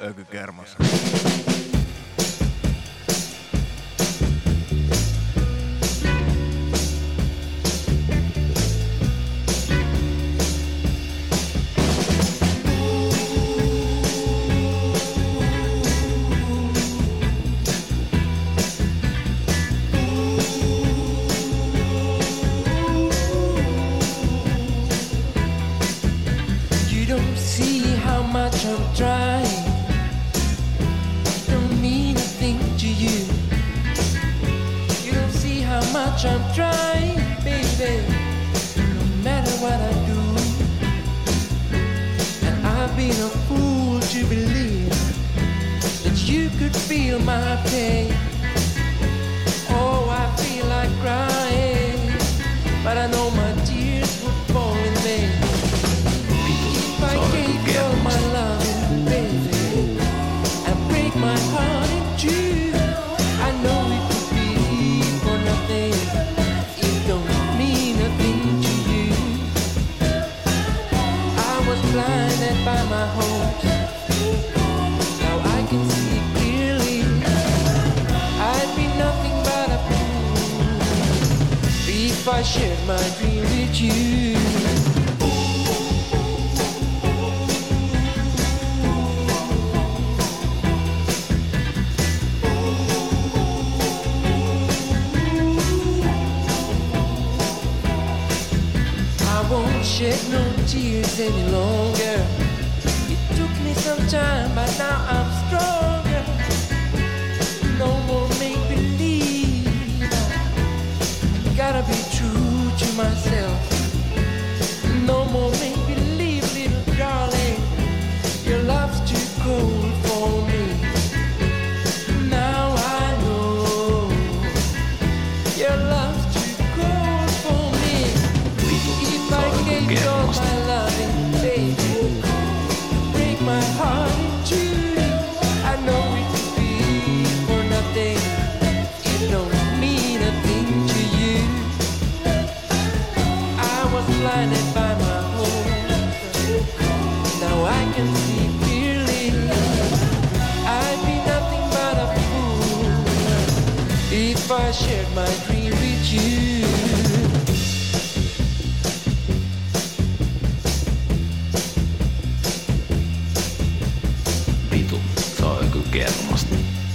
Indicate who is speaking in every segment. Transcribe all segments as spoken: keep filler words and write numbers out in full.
Speaker 1: Ökykermassa.
Speaker 2: I'm trying, don't mean a thing to you. You don't see how much I'm trying, baby. No matter what I do, and I've been a fool to believe that you could feel my pain. Oh, I feel like crying, but I know my tears will fall in vain. If I gave you all my love, baby, and break my heart in two, I know it would be for nothing. It don't mean a thing to you. I was blinded by my hopes. Now I can see clearly. I'd be nothing but a fool if I shared my dream with you. Shed no tears any longer. It took me some time, but now I'm stronger. No more make believe. Gotta be true to myself. No more make believe, little darling. Your love's too cold for me. Now I know your love's too cold for me. If I gave you all my loving, baby, break my heart in two, I know it could be for nothing. It don't mean a thing to you. I was blinded by my hopes. Now I can see clearly. I'd be nothing but a fool if I shared my dream with you.
Speaker 3: Kermasta.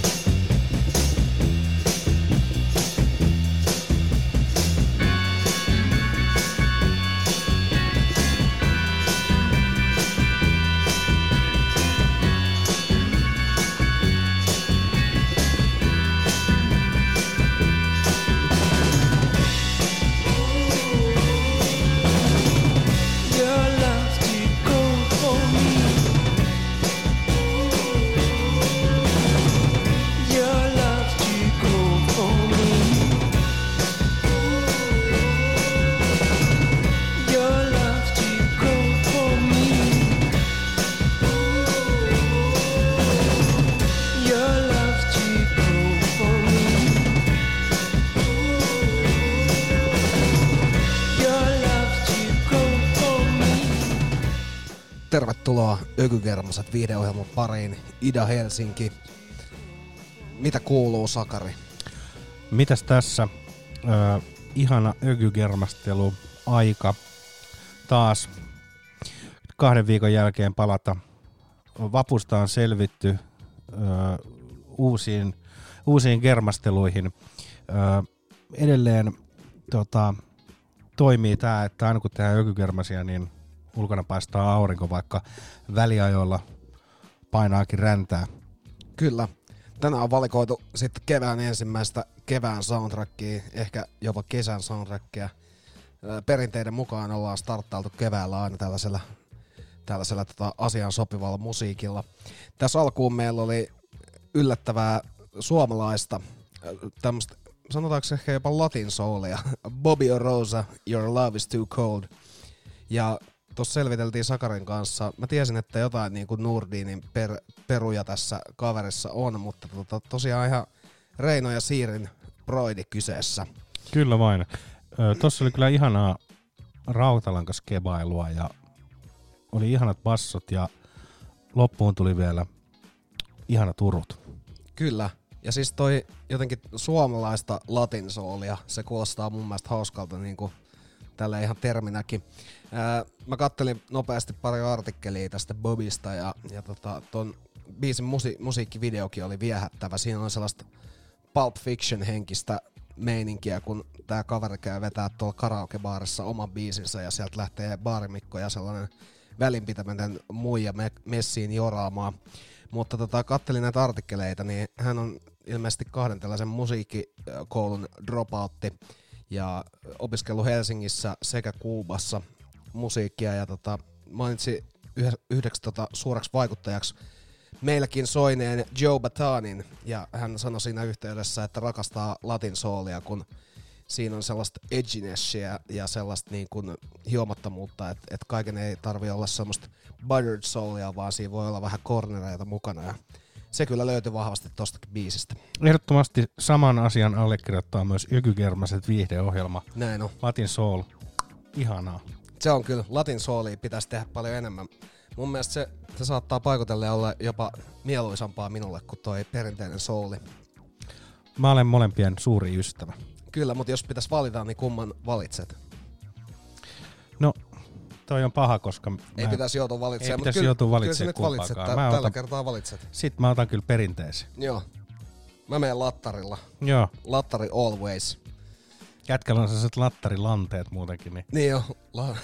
Speaker 4: Tervetuloa Ökykermaset viihdeohjelman pariin, Ida Helsinki. Mitä kuuluu, Sakari?
Speaker 5: Mitäs tässä? Äh, ihana ökykermastelu aika taas kahden viikon jälkeen palata. Vapusta on selvitty äh, uusiin, uusiin kermasteluihin. Äh, edelleen tota, toimii tää, että aina kun tehdään ökykermasia, niin ulkona paistaa aurinko, vaikka väliajoilla painaakin räntää.
Speaker 4: Kyllä. Tänään on valikoitu sitten kevään ensimmäistä kevään soundtrackia, ehkä jopa kesän soundtrackia. Perinteiden mukaan ollaan starttailtu keväällä aina tällaisella, tällaisella tota asiaan sopivalla musiikilla. Tässä alkuun meillä oli yllättävää suomalaista, tämmöistä, sanotaanko ehkä jopa latin soulia. Bobby Oroza, Your Love is Too Cold. Ja tuossa selviteltiin Sakarin kanssa. Mä tiesin, että jotain niin kuin Nurdinin per, peruja tässä kaverissa on, mutta tota, tosiaan ihan Reino ja Siirin broidi kyseessä.
Speaker 5: Kyllä vain. Tuossa oli kyllä ihanaa rautalangaskebailua ja oli ihanat bassot ja loppuun tuli vielä ihana turut.
Speaker 4: Kyllä. Ja siis toi jotenkin suomalaista latinsoolia, se kuulostaa mun mielestä hauskalta niin kuin tällä ihan terminäkin. Ää, mä kattelin nopeasti pari artikkelia tästä Bobista ja, ja tota, ton biisin musi- musiikkivideokin oli viehättävä. Siinä on sellaista Pulp Fiction henkistä meininkiä, kun tää kaveri käy vetää tuolla karaokebaarissa oman biisinsä ja sieltä lähtee baarimikko ja sellainen välinpitämätön muija me- messiin joraamaan. Mutta tota, kattelin näitä artikkeleita, niin hän on ilmeisesti kahden tällaisen musiikkikoulun dropoutti ja opiskellut Helsingissä sekä Kuubassa musiikkia ja tota, mainitsi yhdeksi tota, suoraksi vaikuttajaksi meilläkin soineen Joe Batanin ja hän sanoi siinä yhteydessä, että rakastaa latin soulia, kun siinä on sellaista edginessia ja sellaista niin kuin hiomattomuutta, että, että kaiken ei tarvi olla semmoista buttered soulia, vaan siinä voi olla vähän cornereita mukana ja se kyllä löytyy vahvasti tostakin biisistä.
Speaker 5: Ehdottomasti saman asian allekirjoittaa myös Ykygermaset viihdeohjelma.
Speaker 4: Näin on.
Speaker 5: Latin Soul. Ihanaa.
Speaker 4: Se on kyllä. Latin soulia pitäisi tehdä paljon enemmän. Mun mielestä se, se saattaa paikotelle olla jopa mieluisampaa minulle kuin toi perinteinen souli.
Speaker 5: Mä olen molempien suuri ystävä.
Speaker 4: Kyllä, mutta jos pitäisi valita, niin kumman valitset?
Speaker 5: No, toi on paha, koska...
Speaker 4: Ei pitäisi joutua valitsemaan.
Speaker 5: Ei pitäisi joutua valitsemaan
Speaker 4: kumpaakaan. Valitset, tä- tällä otan, kertaa valitset.
Speaker 5: Sit mä otan kyllä perinteisen.
Speaker 4: Joo. Mä menen lattarilla.
Speaker 5: Joo.
Speaker 4: Lattari always.
Speaker 5: Jätkällä on sellaiset lattarilanteet muutenkin. Niin,
Speaker 4: niin joo. La-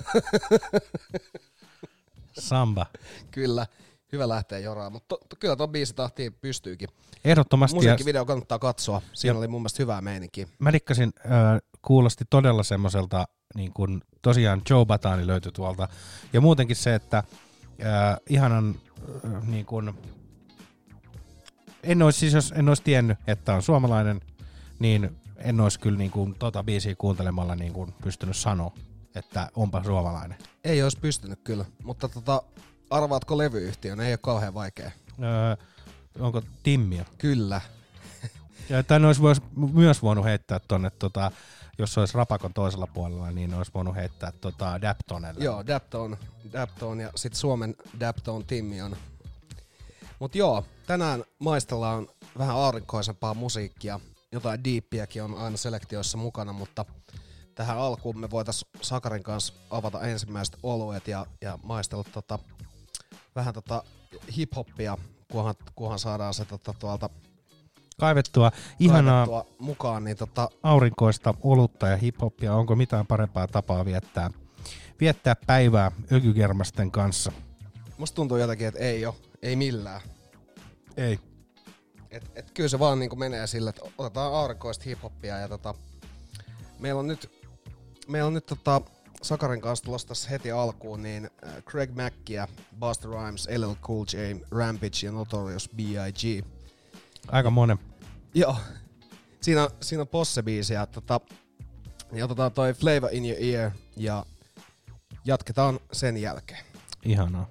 Speaker 5: Samba.
Speaker 4: Kyllä. Hyvä lähteä joraan, mutta to, to, kyllä ton biisi tahtiin pystyykin.
Speaker 5: Ehdottomasti.
Speaker 4: Musiikkivideo kannattaa katsoa. Siinä ja oli mun mielestä hyvää meininkiä.
Speaker 5: Mä dikkasin, äh, kuulosti todella semmoiselta, niin kun tosiaan Joe Batani löytyi tuolta. Ja muutenkin se, että äh, ihanan äh, niin kun, en olisi siis, jos en olisi tiennyt, että on suomalainen, niin en olisi kyllä niin kun, tota biisiä kuuntelemalla niin kun pystynyt sanoa, että onpa suomalainen.
Speaker 4: Ei olisi pystynyt kyllä, mutta tota, arvaatko levyyhtiön? Ei ole kauhean vaikea.
Speaker 5: Öö, onko Timmio?
Speaker 4: Kyllä.
Speaker 5: Ja, tai ne olisi vois, myös voinut heittää tonne, tota, jos olisi Rapakon toisella puolella, niin ne olisi voinut heittää tota Daptonelle.
Speaker 4: Joo, Dapton, Dapton ja sitten Suomen Dapton Timmion. Mut joo, tänään maistellaan vähän aurinkoisempaa musiikkia. Jotain diippiäkin on aina selektioissa mukana, mutta tähän alkuun me voitais Sakarin kanssa avata ensimmäiset oluet ja, ja maistella tota, vähän tota hip-hoppia, kunhan, kunhan saadaan se tota, tuolta
Speaker 5: kaivettua ihanaa
Speaker 4: kaivettua mukaan. Niin tota,
Speaker 5: aurinkoista olutta ja hip-hopia. Onko mitään parempaa tapaa viettää, viettää päivää ökygermasten kanssa?
Speaker 4: Musta tuntuu jotenkin, että ei oo. Ei millään.
Speaker 5: Ei.
Speaker 4: Et, et kyllä se vaan niinku menee sille, että otetaan aurinkoista hip-hoppia ja tota, meillä on nyt, meillä on nyt tota, Sakarin kanssa tulossa tässä heti alkuun, niin äh, Craig Mack ja Busta Rhymes, L L Cool J, Rampage ja Notorious B I G.
Speaker 5: Aika monen.
Speaker 4: Joo. Siinä, siinä on Posse-biisi ja, tota, ja otetaan toi Flavor in Your Ear ja jatketaan sen jälkeen.
Speaker 5: Ihanaa.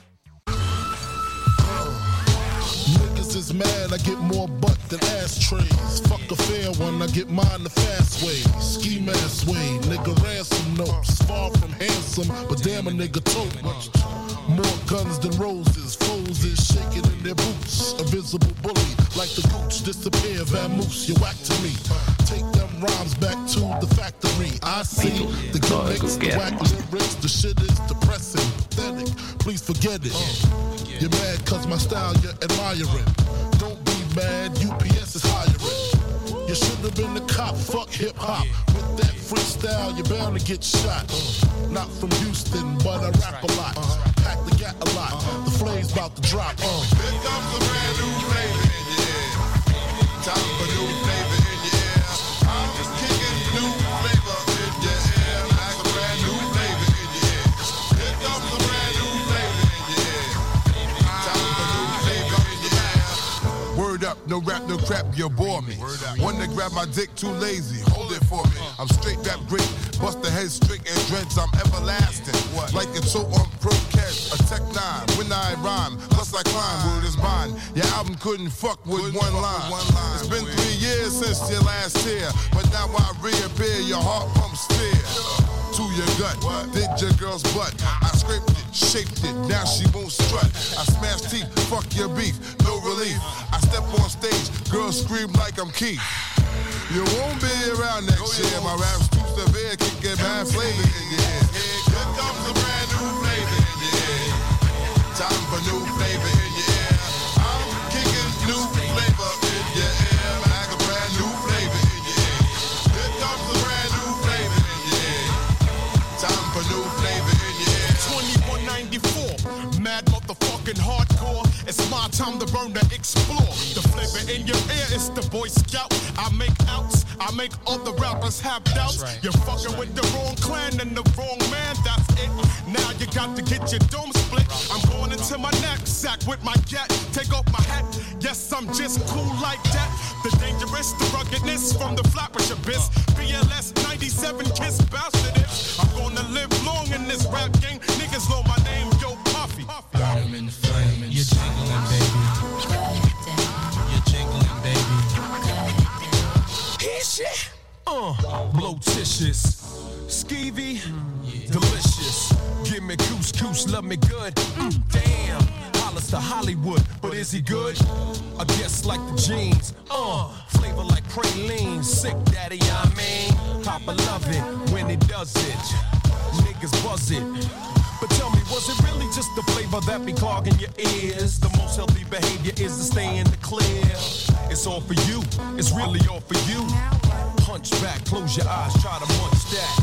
Speaker 1: Is mad, I get more butt than ashtrays. Fuck a fair one, I get mine the fast way. Ski mask way, nigga ransom notes. Far from handsome, but damn a nigga tote. More guns than roses, foes is shaking in their boots. A visible bully, like the gooch, disappear, vamoose, you whack to me. Take them rhymes back to the factory. I see the gimmicks, the whack lyrics, the shit is depressing, pathetic. Please forget it. You're mad cause my style you're admiring. Don't be mad, U P S is hiring. You should have been a cop, fuck hip hop. With that freestyle, you're bound to get shot. Not from Houston, but I rap a lot. Pack the gat a lot, the flame's about to drop. Uh.
Speaker 6: Here comes a brand new flavor in your ear. Time for new flavor in your ear. I'm just kicking new flavor in your ear. Like a brand new flavor in your ear. Here comes a brand new flavor in your ear. Time for new flavor in your ear. Word up, no rap, no crap, you bore me. One to grab my dick, too lazy, hold it for me. I'm straight rap great, bust the head straight and dreads, I'm everlasting. Like a toe on pro catch, a tech nine. When I rhyme, plus I climb, word is mine. Your album couldn't fuck with one line. It's been three years since your last tear, but now I reappear, your heart pumps fear. to your gut. Did your girl's butt. I scraped it, shaped it, now she won't strut. I smash teeth, fuck your beef, no relief. I step on stage, girls scream like I'm Keith. You won't be around next year. My rap's too severe, can get mad flavor in your ear. Here comes a brand new flavor in your ear. Time for new flavor in your ear. I'm kicking new flavor in your ear. Like a brand new flavor in your ear. Here comes a brand new flavor in your ear. Time for new flavor in your ear.
Speaker 7: twenty-one ninety-four, mad motherfucking hardcore. It's my time to burn to explore. The flavor in your ear is the Boy Scout. I make outs, I make other rappers have doubts. Right. You're fucking right. with the wrong clan and the wrong man, that's it. Now you got to get your dome split. I'm going into my knapsack with my gat. Take off my hat, yes, I'm just cool like that. The dangerous, the ruggedness from the flatbush abyss. B L S ninety-seven, kiss bastard is. I'm gonna live long in this rap game. Niggas know my name, Yo Puffy.
Speaker 8: Got him in the flame, you're jingling, baby. You're jingling, baby.
Speaker 7: Here's shit. Uh, blotitious, skeevy, yeah. Delicious. Give me couscous, love me good. Mm, damn, Hollis to Hollywood, but is he good? I guess like the jeans. Uh, flavor like praline, sick daddy, I mean. Papa love it when he does it. Niggas buzz it. But tell me, was it really just the flavor that be clogging your ears? The most healthy behavior is to stay in the clear. It's all for you, it's really all for you. Punch back, close your eyes, try to munch that.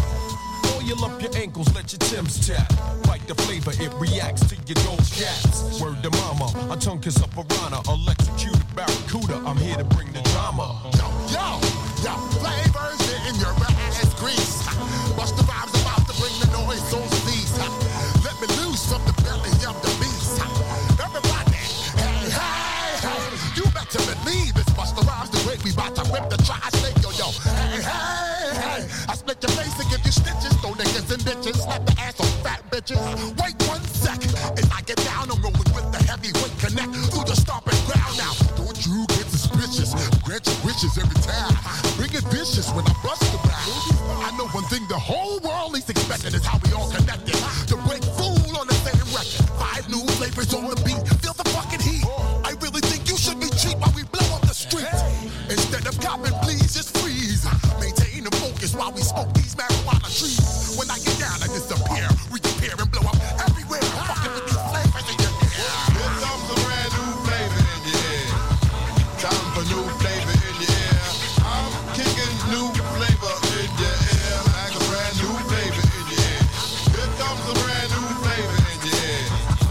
Speaker 7: Oil up your ankles, let your Timbs tap. Bite the flavor, it reacts to your gold caps. Word to mama, a tongue kiss up a piranha, electrocuted barracuda. I'm here to bring the drama.
Speaker 6: Yo, yo, yo, flavors in your ass grease. Bust the vibes about to bring the noise on cease. Let me loose from the belly of the beast. Everybody, hey, hey, hey. You better believe it's Busta Rhymes the way we bout to rip the tri-state, yo, yo. Hey, hey, hey. I split your face and give you stitches. Throw niggas and bitches, slap the ass on fat bitches. Wait one second, as I get down, I'm rolling with the heavyweight connect through the stomping ground now. Don't you get suspicious? Grant your wishes every time. Bring it vicious when I bust the rap. I know one thing the whole world is expecting is how we all connected. To break fool on the same record. Five new flavors on the beat. Feel the fucking heat. I really think you should be cheap while we blow up the street. Instead of copping, please just freeze. Maintain the focus while we smoke these marijuana trees. When I get down, I disappear, reappear and blow up everywhere. Fucking with these flavors in your ear. Here comes a brand new flavor in your ear. Time for new flavor in your ear. I'm kicking new flavor in your ear. Like a brand new flavor in your ear. Here comes a brand new flavor in your ear.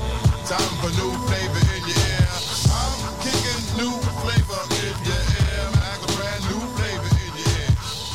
Speaker 6: Time for new flavor in your ear. I'm kicking new flavor in your ear. Like a brand new flavor in your ear.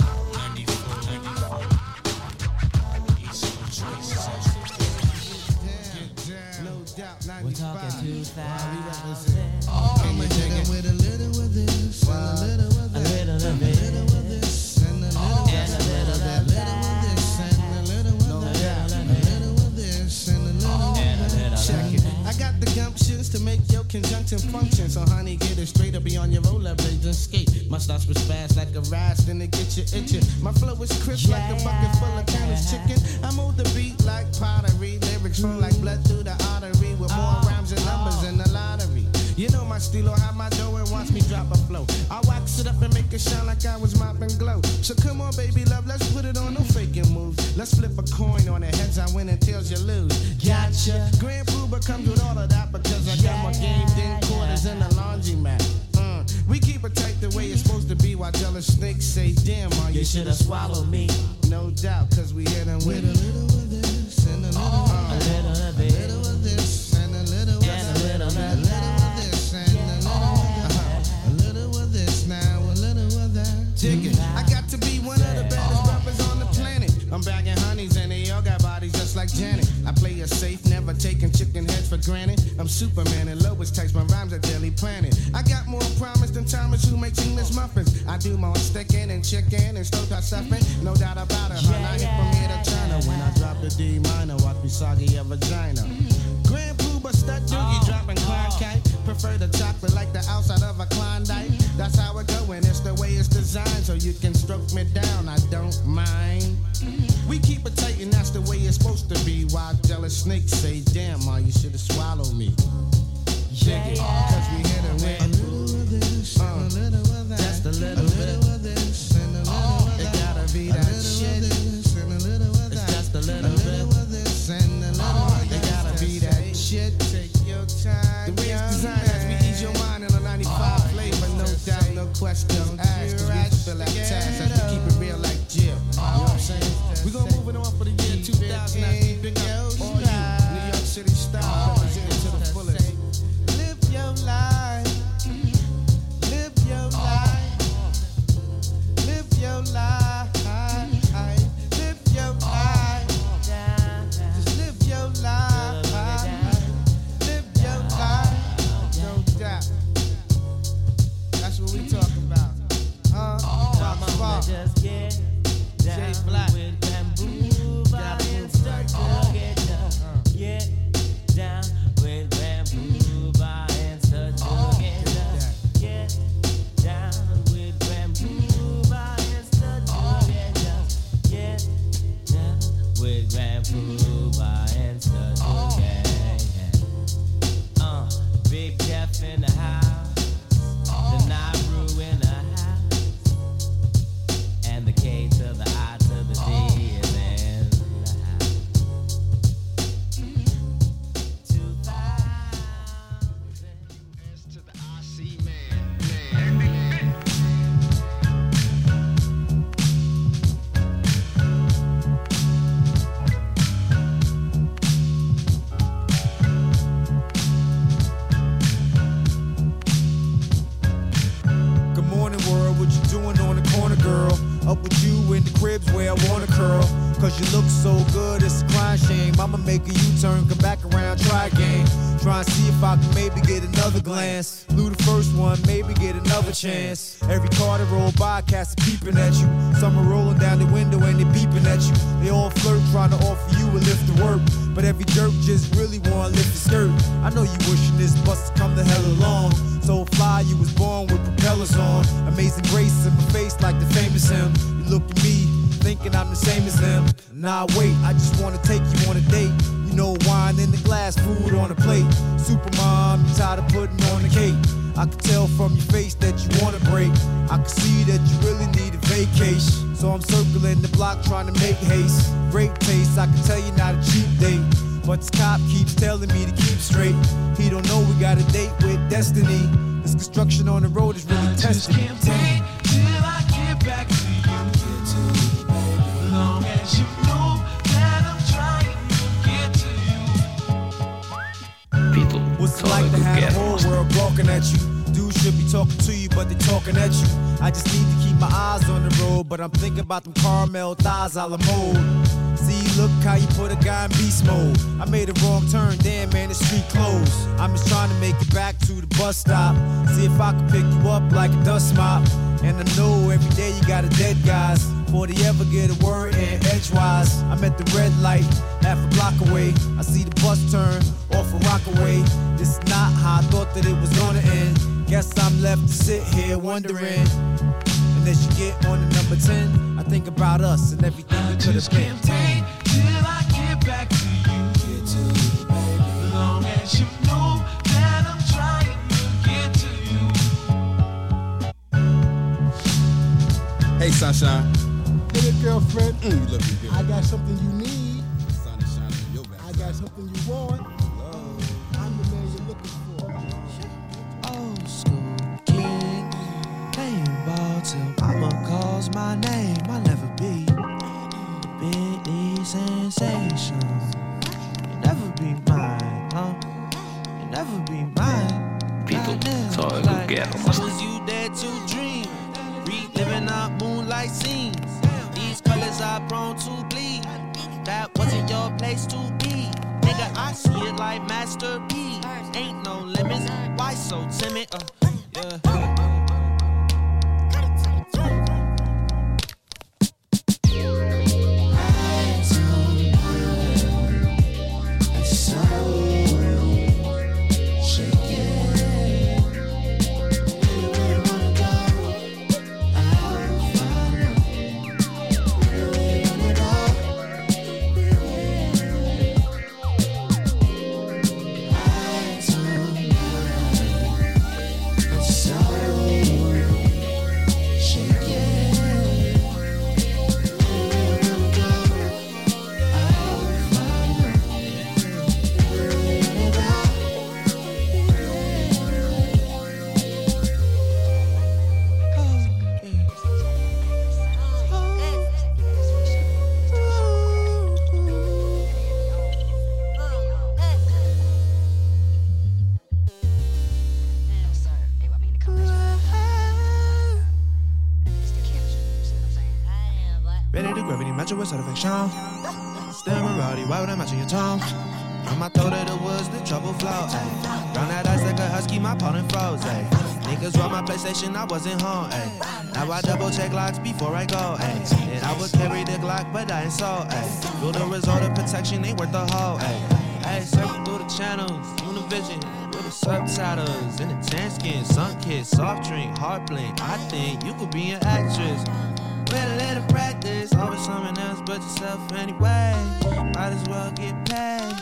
Speaker 2: We're talking two thousand.
Speaker 8: I'm a nigga with a little of this, and a little of that,
Speaker 2: A little
Speaker 8: and
Speaker 2: of
Speaker 8: a
Speaker 2: it.
Speaker 8: little of this, and a little of
Speaker 2: And a little
Speaker 8: that,
Speaker 2: of
Speaker 8: little of this, and a little of that, a little of this, and a little of
Speaker 2: And a
Speaker 8: that.
Speaker 2: little
Speaker 8: Check
Speaker 2: of
Speaker 8: it. I got the gumptions to make your conjunction function. So honey, get it straight up beyond your rollerblades and skate. My stops was fast like a rise, then it get you itching. My flow is crisp like a bucket full of Canis chicken. I move the beat like pottery. Lyrics flow like blood through the artery with more rhymes and numbers than the lottery. You know my stilo, have my dough and watch me drop a flow. I wax it up and make it shine like I was mopping glow. So come on, baby love, let's put it on, no faking moves. Let's flip a coin on it, heads I win and tails you lose. Gotcha. Grand Pooba comes with all of that because I got my game in quarters in the laundromat. Uh, we keep it tight the way it's supposed to be while jealous snakes say, damn, man, you,
Speaker 2: You should have swallowed me.
Speaker 8: No doubt, cause we hit them with a little of this and a little
Speaker 2: A
Speaker 8: of
Speaker 2: little of
Speaker 8: a
Speaker 2: it.
Speaker 8: little of this and a little of
Speaker 2: And a little of
Speaker 8: that. A little of this and a little of that. A little of this now, a little of that. Dig it. I got to be one of the baddest rappers on the planet. I'm bagging honeys and they all got bodies just like Janet. I play it safe, never taking chicken heads for granted. I'm Superman and Lois takes my rhymes at Daily Planet. I got more promise than Thomas who makes English muffins. I do more sticking and chicken and stovetop stuffing. No doubt about it, hun. I hit from here to China. When I drop the D minor, watch me soggy your vagina. Grand Pooba stud doogie dropping Klondike. Prefer the chocolate like the outside of a Klondike. That's how it go and it's the way it's designed. So you can stroke me down, I don't mind. We keep it tight snake say, damn, ma, you should've swallowed me. Yeah, cause we hit it with a little of this, uh, a little of that, just a little, a little of this, and a little of that. It gotta be that shit. This, and a little of that. It's just a little, a little of this, and a little of that. It gotta be that shit. Take your time. The way it's designed as we ease your mind in a ninety-five flavor, no doubt, no questions asked. Cause we fulfill that task as we keep it real like Jill. You know what I'm saying? We gon' move it on for the year two thousand. As we pick up all you New York City style, representing to the fullest. Live your life. Live your life. Live your life. Live your life. Just live your life. Live your life. No doubt. That's what we talk about. Huh? Mama, mama, just get down with bamboo and start to get down. Get down with bamboo and start to get down. Get down with bamboo and start to get down. Get down with bamboo and start to get down. Uh, Big Jeff in the house, the Naru in the house, and the K to the I to the D is in the house. two thousand S to the I C man, man.
Speaker 9: Good morning, world. What you doing on the corner, girl? Up with you in the cribs where I wanna curl. Cause you look so good, it's a crying shame. I'ma make a U-turn, come back around, try again. Try and see if I can maybe get another glance. Blew the first one, maybe get another chance. Every car that roll by, cats are peeping at you. Some are rolling down the window and they beeping at you. They all flirt, trying to offer you a lift to work. But every jerk just really wanna lift the skirt. I know you wishing this bus to come the hell along. So fly, you was born with propellers on. Amazing grace in my face like the famous him. You look at me, thinking I'm the same as him. Nah, wait, I just wanna take you on a date. You know, wine in the glass, food on a plate. Supermom, you tired of putting on the cake. I can tell from your face that you wanna break. I can see that you really need a vacation. So I'm circling the block trying to make haste. Great taste, I can tell you not a cheap date. But this cop keeps telling me to keep straight. He don't know we got a date with destiny. This construction on the road is really testing me.
Speaker 10: Till I get back to you, long as you know that I'm trying to get to you.
Speaker 9: What's it like to have the whole world gawking at you? Dudes should be talking to you, but they talking at you. I just need to keep my eyes on the road, but I'm thinking about them caramel thighs a la mode. See, look how you put a guy in beast mode. I made a wrong turn, damn man, the street closed. I'm just trying to make it back to the bus stop. See if I can pick you up like a dust mop. And I know every day you got a dead guys. Before they ever get a word in edgewise. I'm at the red light, half a block away. I see the bus turn off a Rockaway. This is not how I thought that it was gonna end. Guess I'm left to sit here wondering. And as you get on the number ten, I think about us and everything we could have been.
Speaker 10: Wait till I get back to you, long as you know that I'm trying to get to you.
Speaker 11: Hey, Sunshine.
Speaker 12: Hey, girlfriend.
Speaker 11: Mm, you looking good.
Speaker 12: I got something you need.
Speaker 11: The sun is shining in your back.
Speaker 12: I got something you want.
Speaker 11: Hello.
Speaker 12: I'm the man you're looking for.
Speaker 2: Old school king, playing ball till mama calls my name. I'll never be the Big League sensation. You'll never be mine, huh? You'll never be mine.
Speaker 3: Vittu, se on joku
Speaker 2: Like,
Speaker 3: kermasta.
Speaker 2: was you there to dream? Reliving our moonlight scenes. These colors are prone to bleed. That wasn't your place to be. Nigga, I see it like Master P. Ain't no limits. Why so timid? Uh, yeah.
Speaker 13: match it with certification. Still Marody, why would I match your tone? On my throat of the woods, the trouble flow, ayy. Round that ice like a husky, my pardon froze, ayy. Niggas roll my PlayStation, I wasn't home, ayy. Now I double check locks before I go, ayy. And I would carry the Glock, but I ain't so, ayy. Feel the result of protection, ain't worth the whole, ayy. Ayy, circle through the channels, Univision, with the subtitles. In the tan skin, sun kiss, soft drink, heart blink. I think you could be an actress. With a little practice, always someone else but yourself anyway. Might as well get paid.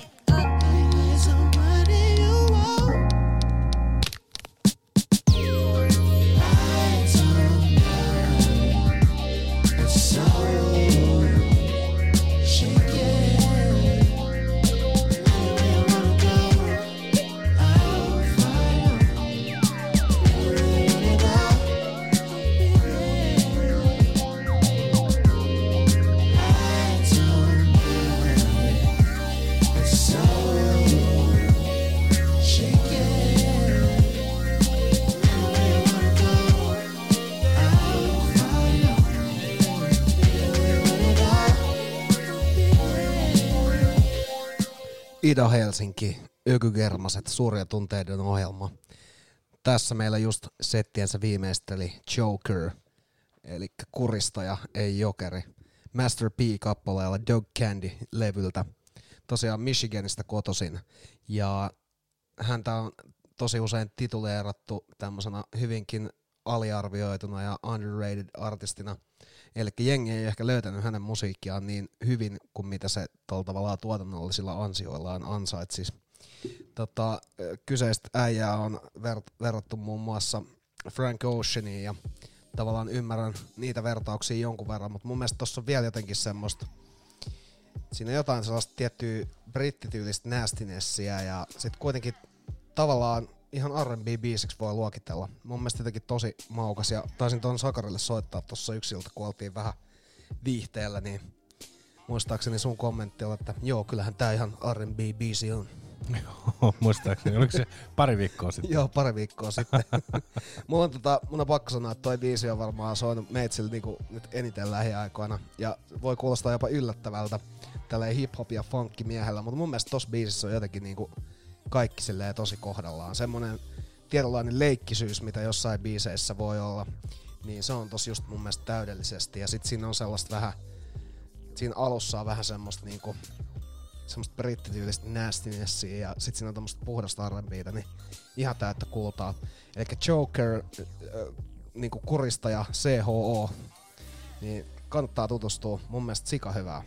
Speaker 4: Ida Helsinki, Ökygermaset, suuria tunteiden ohjelma. Tässä meillä just settiensä viimeisteli Joker, eli kuristaja, ei jokeri. Master P-kappaleella Dog Candy-levyltä. Tosiaan Michiganista kotoisin. Ja häntä on tosi usein tituleerattu tämmöisenä hyvinkin aliarvioituna ja underrated artistina. Eli jengi ei ehkä löytänyt hänen musiikkiaan niin hyvin kuin mitä se tuolla tavallaan tuotannollisilla ansioillaan ansaitsisi. Tota, kyseistä äijää on ver- verrattu muun muassa Frank Oceaniin ja tavallaan ymmärrän niitä vertauksia jonkun verran, mutta mun mielestä tossa on vielä jotenkin semmoista, siinä on jotain sellaista tiettyä brittityylistä nastinessia ja sit kuitenkin tavallaan ihan R and B-biisiksi voi luokitella. Mun mielestä jotenkin tosi maukas ja taisin ton Sakarille soittaa tossa yksiltä, kun oltiin vähän viihteellä, niin muistaakseni sun kommentti oli, että joo, kyllähän tää ihan R and B-biisi on.
Speaker 5: Joo, muistaakseni. Oliko se pari viikkoa sitten?
Speaker 4: Joo, pari viikkoa sitten. Mulla on tota, mun on pakko sanoa, että toi biisi on varmaan soinut meitsillä niinku nyt eniten lähiaikoina. Ja voi kuulostaa jopa yllättävältä tälleen hip-hop ja funkki miehellä, mutta mun mielestä tossa biisissä on jotenkin niinku kaikki silleen tosi kohdallaan. Semmonen tietynlainen leikkisyys, mitä jossain biiseissä voi olla, niin se on tossa just mun mielestä täydellisesti. Ja sit siinä on sellaista vähän, siinä alussa on vähän semmoista niinku semmoista brittityylistä nastinessia ja sit siinä on tommoista puhdasta R and B:tä, niin ihan täyttä kultaa. Elikkä Joker, äh, niinku kuristaja, C H O, niin kannattaa tutustua. Mun mielestä sika hyvää.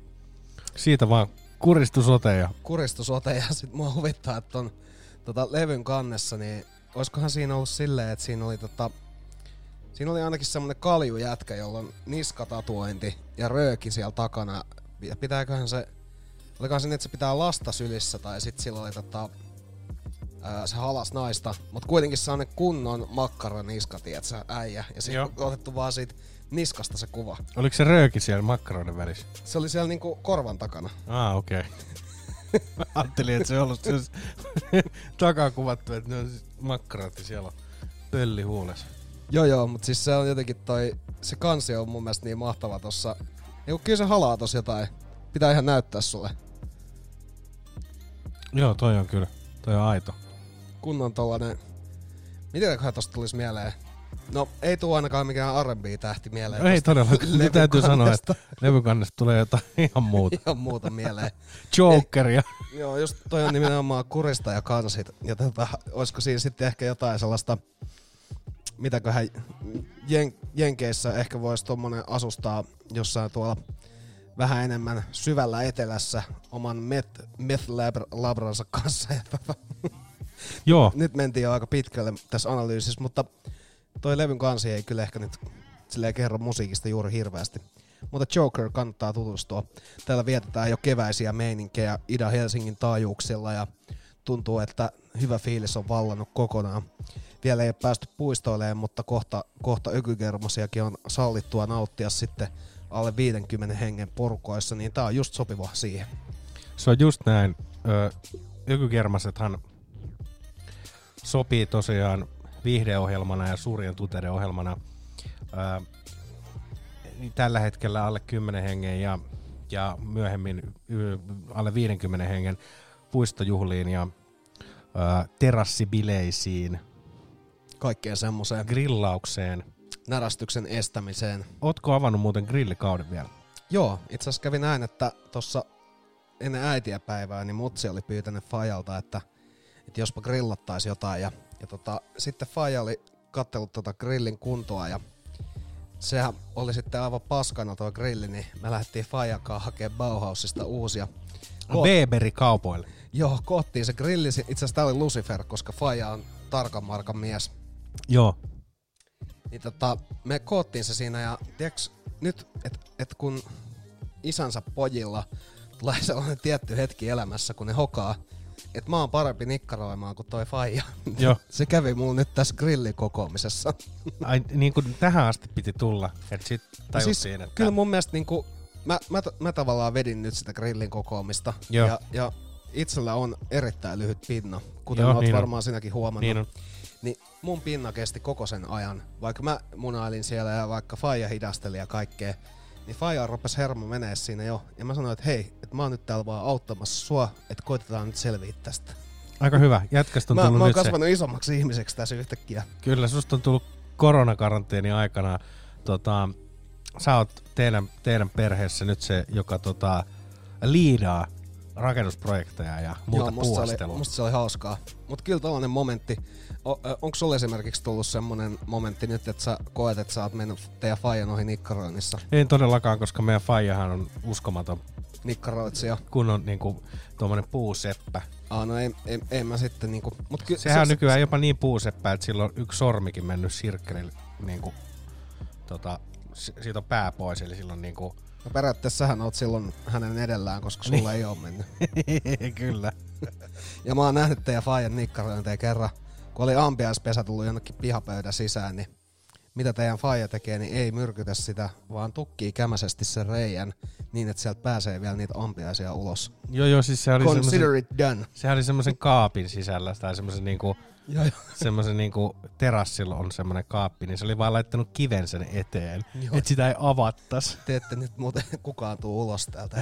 Speaker 5: Siitä vaan kuristusoteja.
Speaker 4: Kuristusoteja. Sit mua huvittaa, että on tota, levyn kannessa, niin oiskohan siinä ollut silleen, että siinä oli tota, siinä oli ainakin semmonen kaljujätkä, jolla on niskatatuointi ja rööki siellä takana. Ja pitääköhän se, olikohan se niin, että se pitää lasta sylissä tai sit sillä oli tota, ää, se halas naista, mut kuitenkin se on ne kunnon makkaraniska, tietsä, äijä. Ja sit on otettu vaan siitä niskasta se kuva.
Speaker 5: Oliko se rööki siellä makkaroiden välissä?
Speaker 4: Se oli siellä niinku korvan takana.
Speaker 5: Ah, okei. Okay. Ajattelin, että se on ollut siis takaa kuvattu, että ne on siis makkarat ja siellä on pölli huulessa.
Speaker 4: Joo joo, mut siis se on jotenkin toi, se kansi on mun mielestä niin mahtava tossa. Eiku kyllä se halaa tossa jotain. Pitää ihan näyttää sulle.
Speaker 5: Joo, toi on kyllä. Toi on aito.
Speaker 4: Kunnon tollanen, mitenköhän tosta tulis mieleen? No ei tuu ainakaan mikään R and B-tähti mieleen.
Speaker 5: No ei todella, nyt täytyy sanoa, että levykannesta tulee jotain ihan muuta.
Speaker 4: Ihan muuta mieleen.
Speaker 5: Jokeria.
Speaker 4: Eh, joo, just toi on nimenomaan kurista ja kansit. Ja tota, olisiko siinä sitten ehkä jotain sellaista, mitäköhän jen, Jenkeissä ehkä voisi tommonen asustaa jossain tuolla vähän enemmän syvällä etelässä oman meth, meth-labransa kanssa.
Speaker 5: Joo.
Speaker 4: Nyt mentiin jo aika pitkälle tässä analyysissä, mutta toi levyn kansi ei kyllä ehkä nyt silleen kerro musiikista juuri hirveästi. Mutta Joker kannattaa tutustua. Täällä vietetään jo keväisiä meininkejä Ida Helsingin taajuuksilla ja tuntuu, että hyvä fiilis on vallannut kokonaan. Vielä ei ole päästy puistoilemaan, mutta kohta, kohta ökygermosiakin on sallittua nauttia sitten alle viidenkymmenen hengen porukoissa, niin tää on just sopiva siihen.
Speaker 5: Se on just näin. Ökygermasethan sopii tosiaan viihdeohjelmana ja suurien tunteiden ohjelmana. Öö, tällä hetkellä alle kymmenen hengen ja, ja myöhemmin y, alle viidenkymmenen hengen puistojuhliin ja ö, terassibileisiin.
Speaker 4: Kaikkeen semmoiseen.
Speaker 5: Grillaukseen.
Speaker 4: Närästyksen estämiseen.
Speaker 5: Ootko avannut muuten grillikauden vielä?
Speaker 4: Joo, itse asiassa kävi näin, että tuossa ennen äitiäpäivää niin mutsi oli pyytänyt Fajalta, että, että jospa grillattaisi jotain. Ja, ja tota, sitten Faja oli katsellut tota grillin kuntoa ja sehän oli sitten aivan paskana tuo grilli, niin me lähdettiin Fajakaan hakemaan Bauhausista uusia.
Speaker 5: Weberi kaupoille.
Speaker 4: Joo, koottiin se grilli. Itse asiassa tää oli Lucifer, koska Faja on tarkan markan mies.
Speaker 5: Joo.
Speaker 4: Niin tota, me koottiin se siinä ja tiiäks, nyt, että et kun isänsä pojilla tulee sellainen tietty hetki elämässä, kun ne hokaa, että mä oon parempi nikkaroimaan kuin toi faija.
Speaker 5: Joo.
Speaker 4: Se kävi mulla nyt tässä grillikokoamisessa.
Speaker 5: Ai niin kuin tähän asti piti tulla, että sit tajuttiin,
Speaker 4: siis,
Speaker 5: että...
Speaker 4: Kyllä mun mielestä niinku, mä, mä, mä tavallaan vedin nyt sitä grillin kokoamista.
Speaker 5: Joo.
Speaker 4: Ja, ja itsellä on erittäin lyhyt pinna, kuten
Speaker 5: Joo,
Speaker 4: oot
Speaker 5: niin
Speaker 4: varmaan
Speaker 5: on.
Speaker 4: sinäkin huomannut.
Speaker 5: Niin on.
Speaker 4: Niin mun pinna kesti koko sen ajan. Vaikka mä munailin siellä ja vaikka faija hidasteli ja kaikkea, niin faija rupes hermo menee siinä jo. Ja mä sanoin, että hei, että mä oon nyt täällä vaan auttamassa sua, että koitetaan nyt selviä tästä.
Speaker 5: Aika hyvä. Jätkästä on
Speaker 4: mä,
Speaker 5: tullut
Speaker 4: mä oon
Speaker 5: nyt
Speaker 4: kasvanut
Speaker 5: se...
Speaker 4: isommaksi ihmiseksi tässä yhtäkkiä.
Speaker 5: Kyllä, susta on tullut koronakaranteeni aikana. Tota, sä oot teidän, teidän perheessä nyt se, joka tota, liidaa rakennusprojekteja ja muuta
Speaker 4: Joo, musta se,
Speaker 5: puuhastelua.
Speaker 4: oli, musta se oli hauskaa. Mut kyllä tällainen momentti. O, onko sulla esimerkiksi tullut semmonen momentti nyt, että sä koet, että sä oot mennyt teidän faijan ohi nikkaroinnissa?
Speaker 5: Ei todellakaan, koska meidän faijahan on uskomaton
Speaker 4: nikkaroitsija.
Speaker 5: Kun on niinku tommonen puuseppä.
Speaker 4: Aa, no ei, ei, ei mä sitten niinku... Mut ky-
Speaker 5: Sehän
Speaker 4: se,
Speaker 5: on nykyään jopa niin puuseppä, että sillä on yksi sormikin mennyt sirkkelillä niinku... Tota, siitä on pää pois, eli silloin niinku...
Speaker 4: No periaatteessa sähän oot silloin hänen edellään, koska sulla niin. ei oo mennyt.
Speaker 5: Kyllä.
Speaker 4: Ja mä oon nähnyt teidän faijan nikkarointeja kerran. Kun oli ampiaispesä tullut jonnekin pihapöydän sisään, niin mitä teidän faija tekee, niin ei myrkytä sitä, vaan tukkii kämäisesti sen reijän niin, että sieltä pääsee vielä niitä ampiaisia ulos.
Speaker 5: Joo, joo, siis se oli
Speaker 4: Consider it done.
Speaker 5: Sehän oli semmoisen kaapin sisällä, tai semmoisen niinku, semmoisen niinku terassilla on semmoinen kaappi, niin se oli vaan laittanut kiven sen eteen, että sitä ei avattas.
Speaker 4: Te ette nyt muuten kukaan tuu ulos täältä.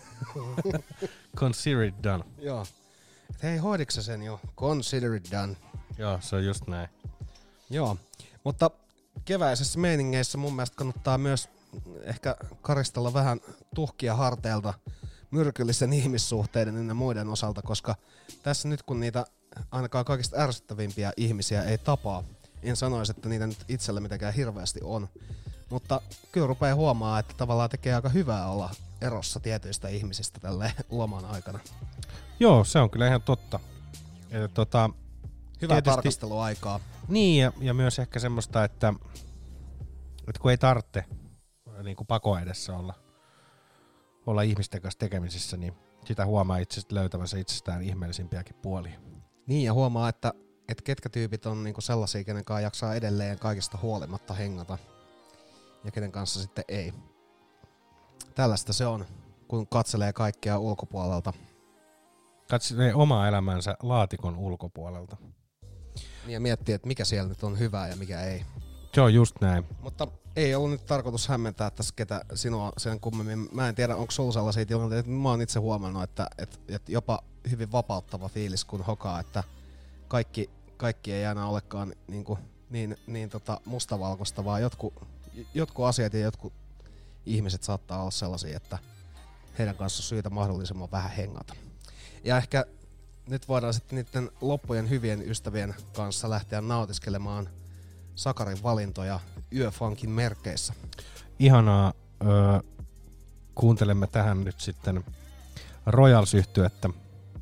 Speaker 5: Consider it done.
Speaker 4: Joo. Et hei, hoiditko sä sen jo? Consider it done.
Speaker 5: Joo, se on just näin.
Speaker 4: Joo, mutta keväisessä meiningeissä mun mielestä kannattaa myös ehkä karistella vähän tuhkia harteilta myrkyllisen ihmissuhteiden ynnä muiden osalta, koska tässä nyt kun niitä ainakaan kaikista ärsyttävimpiä ihmisiä ei tapaa, en sanoisi, että niitä nyt itselle mitenkään hirveästi on, mutta kyllä rupeaa huomaa, että tavallaan tekee aika hyvää olla erossa tietyistä ihmisistä tälleen loman aikana.
Speaker 5: Joo, se on kyllä ihan totta. Eli, tota,
Speaker 4: Hyvää
Speaker 5: tietysti,
Speaker 4: tarkasteluaikaa.
Speaker 5: Niin, ja, ja myös ehkä semmoista, että, että kun ei tarvitse niin kuin pako edessä olla, olla ihmisten kanssa tekemisissä, niin sitä huomaa itsestä löytävänsä itsestään ihmeellisimpiäkin puolia.
Speaker 4: Niin, ja huomaa, että, että ketkä tyypit on niinku sellaisia, kenen kanssa jaksaa edelleen kaikista huolimatta hengata, ja kenen kanssa sitten ei. Tällaista se on, kun katselee kaikkea ulkopuolelta.
Speaker 5: Katselee omaa elämänsä laatikon ulkopuolelta.
Speaker 4: Niin ja miettii, että mikä siellä nyt on hyvää ja mikä ei.
Speaker 5: Se on just näin.
Speaker 4: Mutta ei ollut nyt tarkoitus hämmentää tässä ketä sinua sen kummemmin. Mä en tiedä, onko sulla sellaisia tilanteita, että mä oon itse huomannut, että, että, että jopa hyvin vapauttava fiilis, kun hokaa, että kaikki, kaikki ei aina olekaan niin, kuin, niin, niin tota mustavalkoista, vaan jotkut, jotkut asiat ja jotkut ihmiset saattaa olla sellaisia, että heidän kanssa on syytä mahdollisimman vähän hengata. Ja ehkä nyt voidaan sitten niiden loppujen hyvien ystävien kanssa lähteä nautiskelemaan Sakarin valintoja yöfunkin merkeissä.
Speaker 5: Ihanaa. Öö, kuuntelemme tähän nyt sitten Royals-yhtyettä.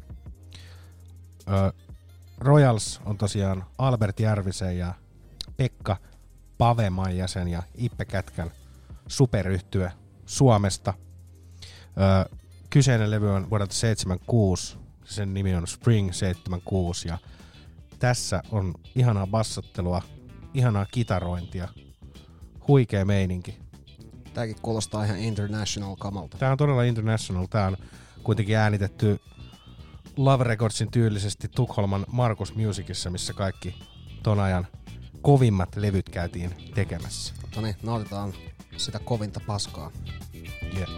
Speaker 5: Öö, Royals on tosiaan Albert Järvisen ja Pekka Pavemaijasen ja Ippe Kätkän superyhtye Suomesta. Öö, kyseinen levy on vuodelta seitsemänkymmentäkuusi. Sen nimi on Spring seitsemänkymmentäkuusi ja tässä on ihanaa bassottelua, ihanaa kitarointia, huikea meininki.
Speaker 4: Tääkin kuulostaa ihan international kamalta.
Speaker 5: Tää on todella international. Tää on kuitenkin äänitetty Love Recordsin tyylisesti Tukholman Markus Musicissa, missä kaikki ton ajan kovimmat levyt käytiin tekemässä.
Speaker 4: No niin, nautitaan sitä kovinta paskaa.
Speaker 5: Yeah.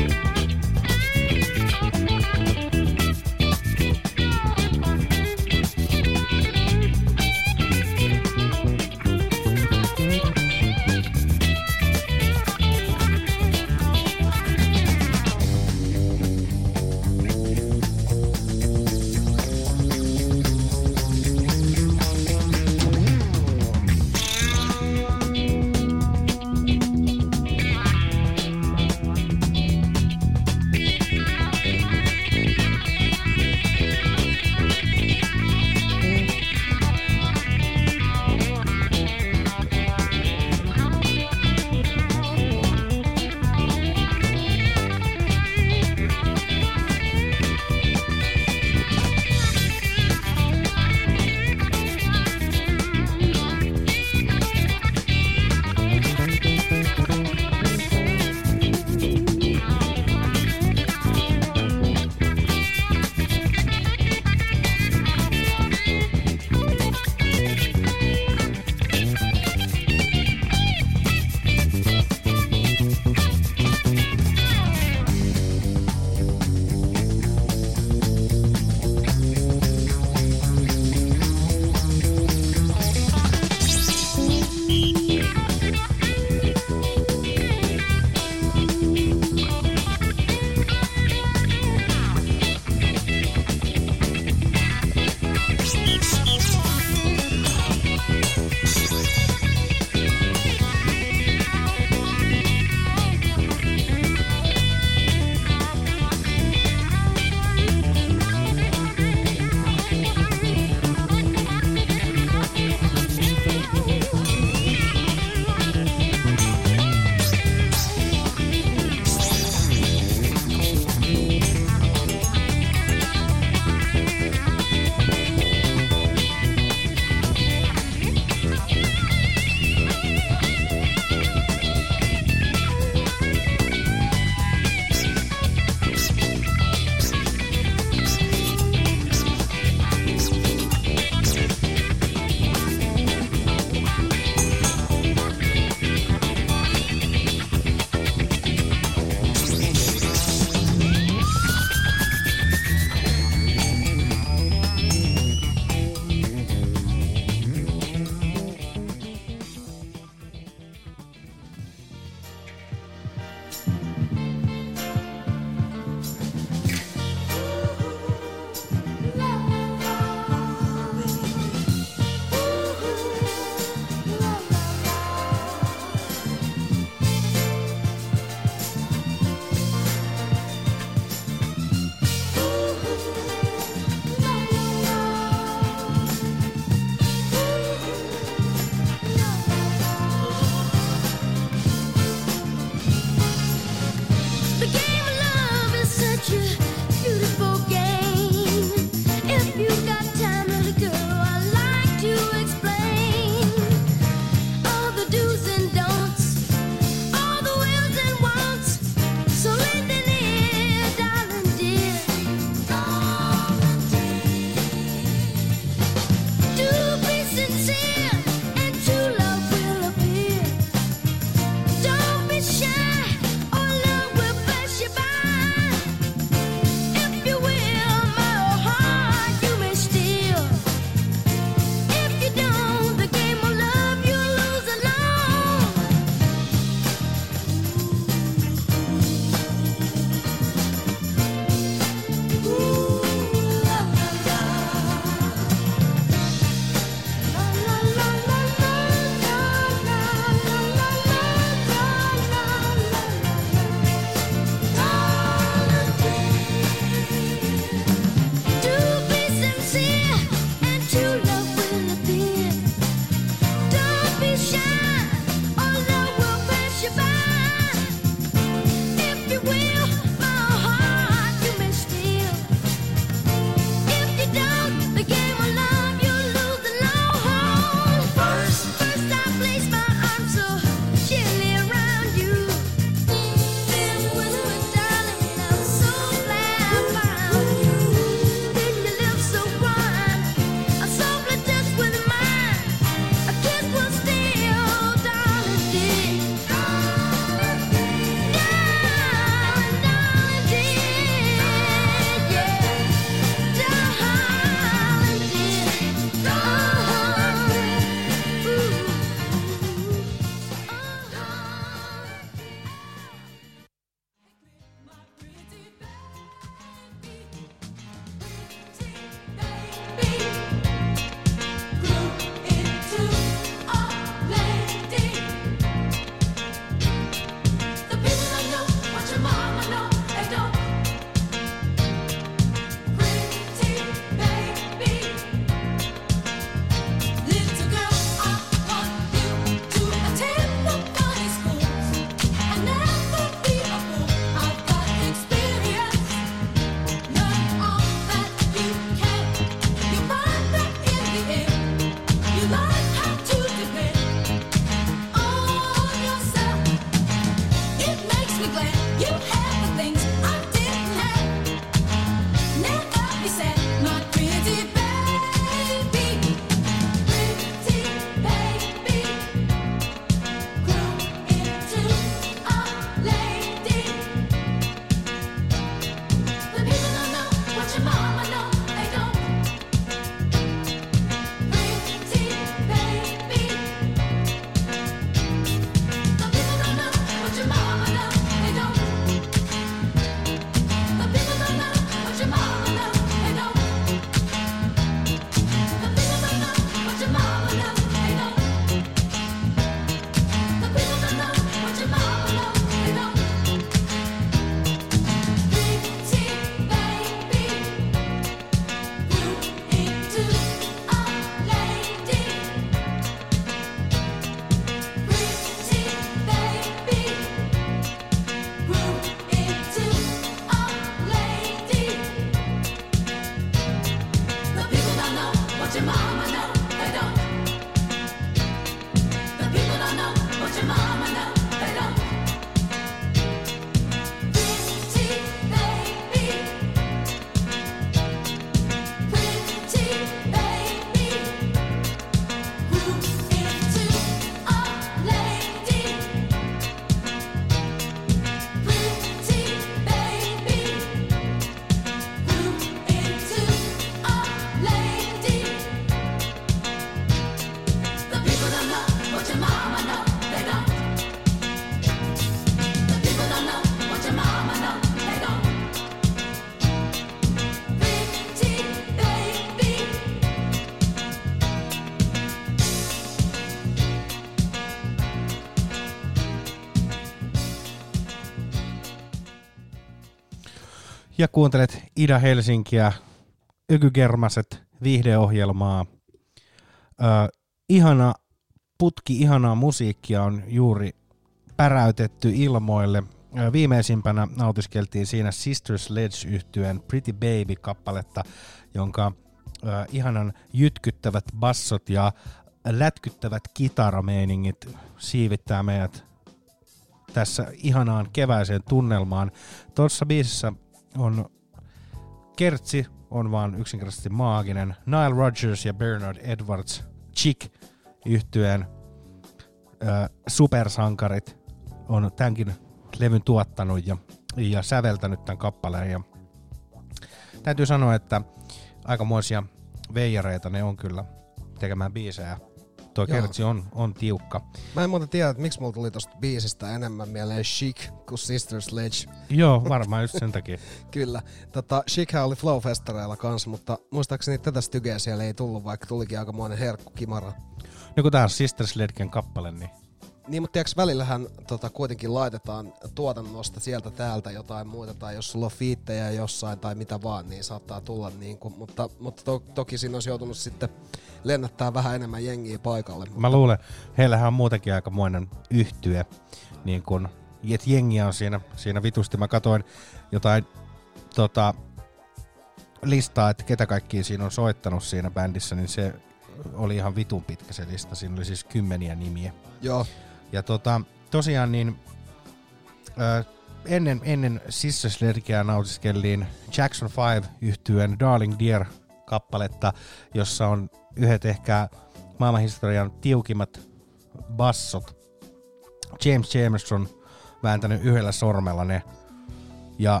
Speaker 5: Ja kuuntelet Ida Helsinkiä, Ökygermaset viihdeohjelmaa. Ö, ihana putki, ihanaa musiikkia on juuri päräytetty ilmoille. Ö, viimeisimpänä nautiskeltiin siinä Sister Sledge-yhtyeen Pretty Baby-kappaletta, jonka ö, ihanan jytkyttävät bassot ja lätkyttävät kitarameiningit siivittää meidät tässä ihanaan keväiseen tunnelmaan. Tuossa biisissä on kertsi, on vaan yksinkertaisesti maaginen. Nile Rodgers ja Bernard Edwards, Chick yhtyeen äh, supersankarit on tämänkin levyn tuottanut ja, ja säveltänyt tämän kappaleen. Ja täytyy sanoa, että aikamoisia veijareita ne on kyllä tekemään biisejä. Tuo
Speaker 4: Joo.
Speaker 5: kertsi on, on tiukka.
Speaker 4: Mä en muuten tiedä, että miksi mulla tuli tosta biisistä enemmän mieleen Chic kuin Sister Sledge.
Speaker 5: Joo, varmaan just sen takia.
Speaker 4: Kyllä. Tota, Chichän oli Flow-festareilla kanssa, mutta muistaakseni tätä stygeä siellä ei tullut, vaikka tulikin aikamoinen herkkukimara.
Speaker 5: No kun tää on Sister Sledgen kappale, niin...
Speaker 4: Niin, mutta tiiäks, välillähän tota, kuitenkin laitetaan tuotannosta sieltä täältä jotain muuta, tai jos sulla on fiittejä jossain tai mitä vaan, niin saattaa tulla niinku, mutta, mutta to, toki siinä olisi joutunut sitten lennättää vähän enemmän jengiä paikalle. Mutta...
Speaker 5: Mä luulen, heillähän on muutenkin aikamoinen yhtye, niin kun, et jengiä on siinä, siinä vitusti. Mä katoin jotain tota, listaa, että ketä kaikkia siinä on soittanut siinä bändissä, niin se oli ihan vitun pitkä se lista. Siinä oli siis kymmeniä nimiä.
Speaker 4: Joo.
Speaker 5: Ja tota, tosiaan niin ö, ennen, ennen Sister Sledgeä nautiskeltiin Jackson five-yhtyeen Darling Dear-kappaletta, jossa on yhdet ehkä maailmanhistorian tiukimmat bassot. James Jamerson vääntänyt yhdellä sormella ne. Ja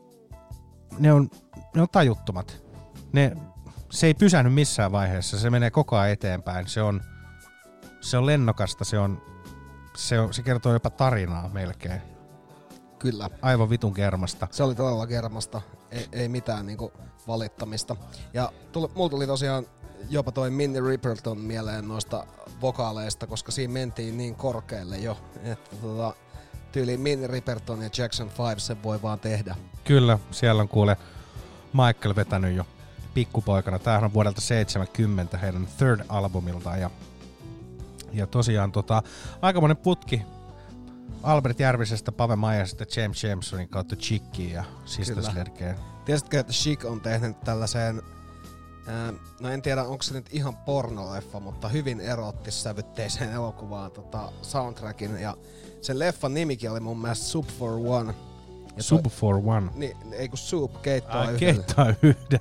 Speaker 5: ne on, ne on tajuttomat. Ne, se ei pysähdy missään vaiheessa, se menee koko ajan eteenpäin. Se on, se on lennokasta, se on Se, on, se kertoo jopa tarinaa melkein.
Speaker 4: Kyllä.
Speaker 5: Aivan vitun kermasta.
Speaker 4: Se oli todella kermasta. Ei, ei mitään niinku valittamista. Ja tuli, mulla tuli tosiaan jopa toi Minnie Riperton mieleen noista vokaaleista, koska siinä mentiin niin korkealle jo, että tota, tyyliin Minnie Riperton ja Jackson five sen voi vaan tehdä.
Speaker 5: Kyllä, siellä on kuule Michael vetänyt jo pikkupoikana. Tämähän on vuodelta seitsemänkymmentä heidän third albumiltaan ja Ja tosiaan tota, aikamoinen putki Albert Järvisestä, Pave Maijasesta, James Jamesonin kautta Chickiin ja Sister Sledgeen.
Speaker 4: Tiesitkö, että Chic on tehnyt tällaiseen, ää, no en tiedä onko se nyt ihan pornoleffa, mutta hyvin erottissävytteiseen elokuvaan tota, soundtrackin. Ja sen leffan nimikin oli mun mielestä Soup for One. Ja
Speaker 5: Soup toi, for One?
Speaker 4: Niin, ei kun Soup, keittoa
Speaker 5: Ai,
Speaker 4: yhdelle.
Speaker 5: keittoa yhden.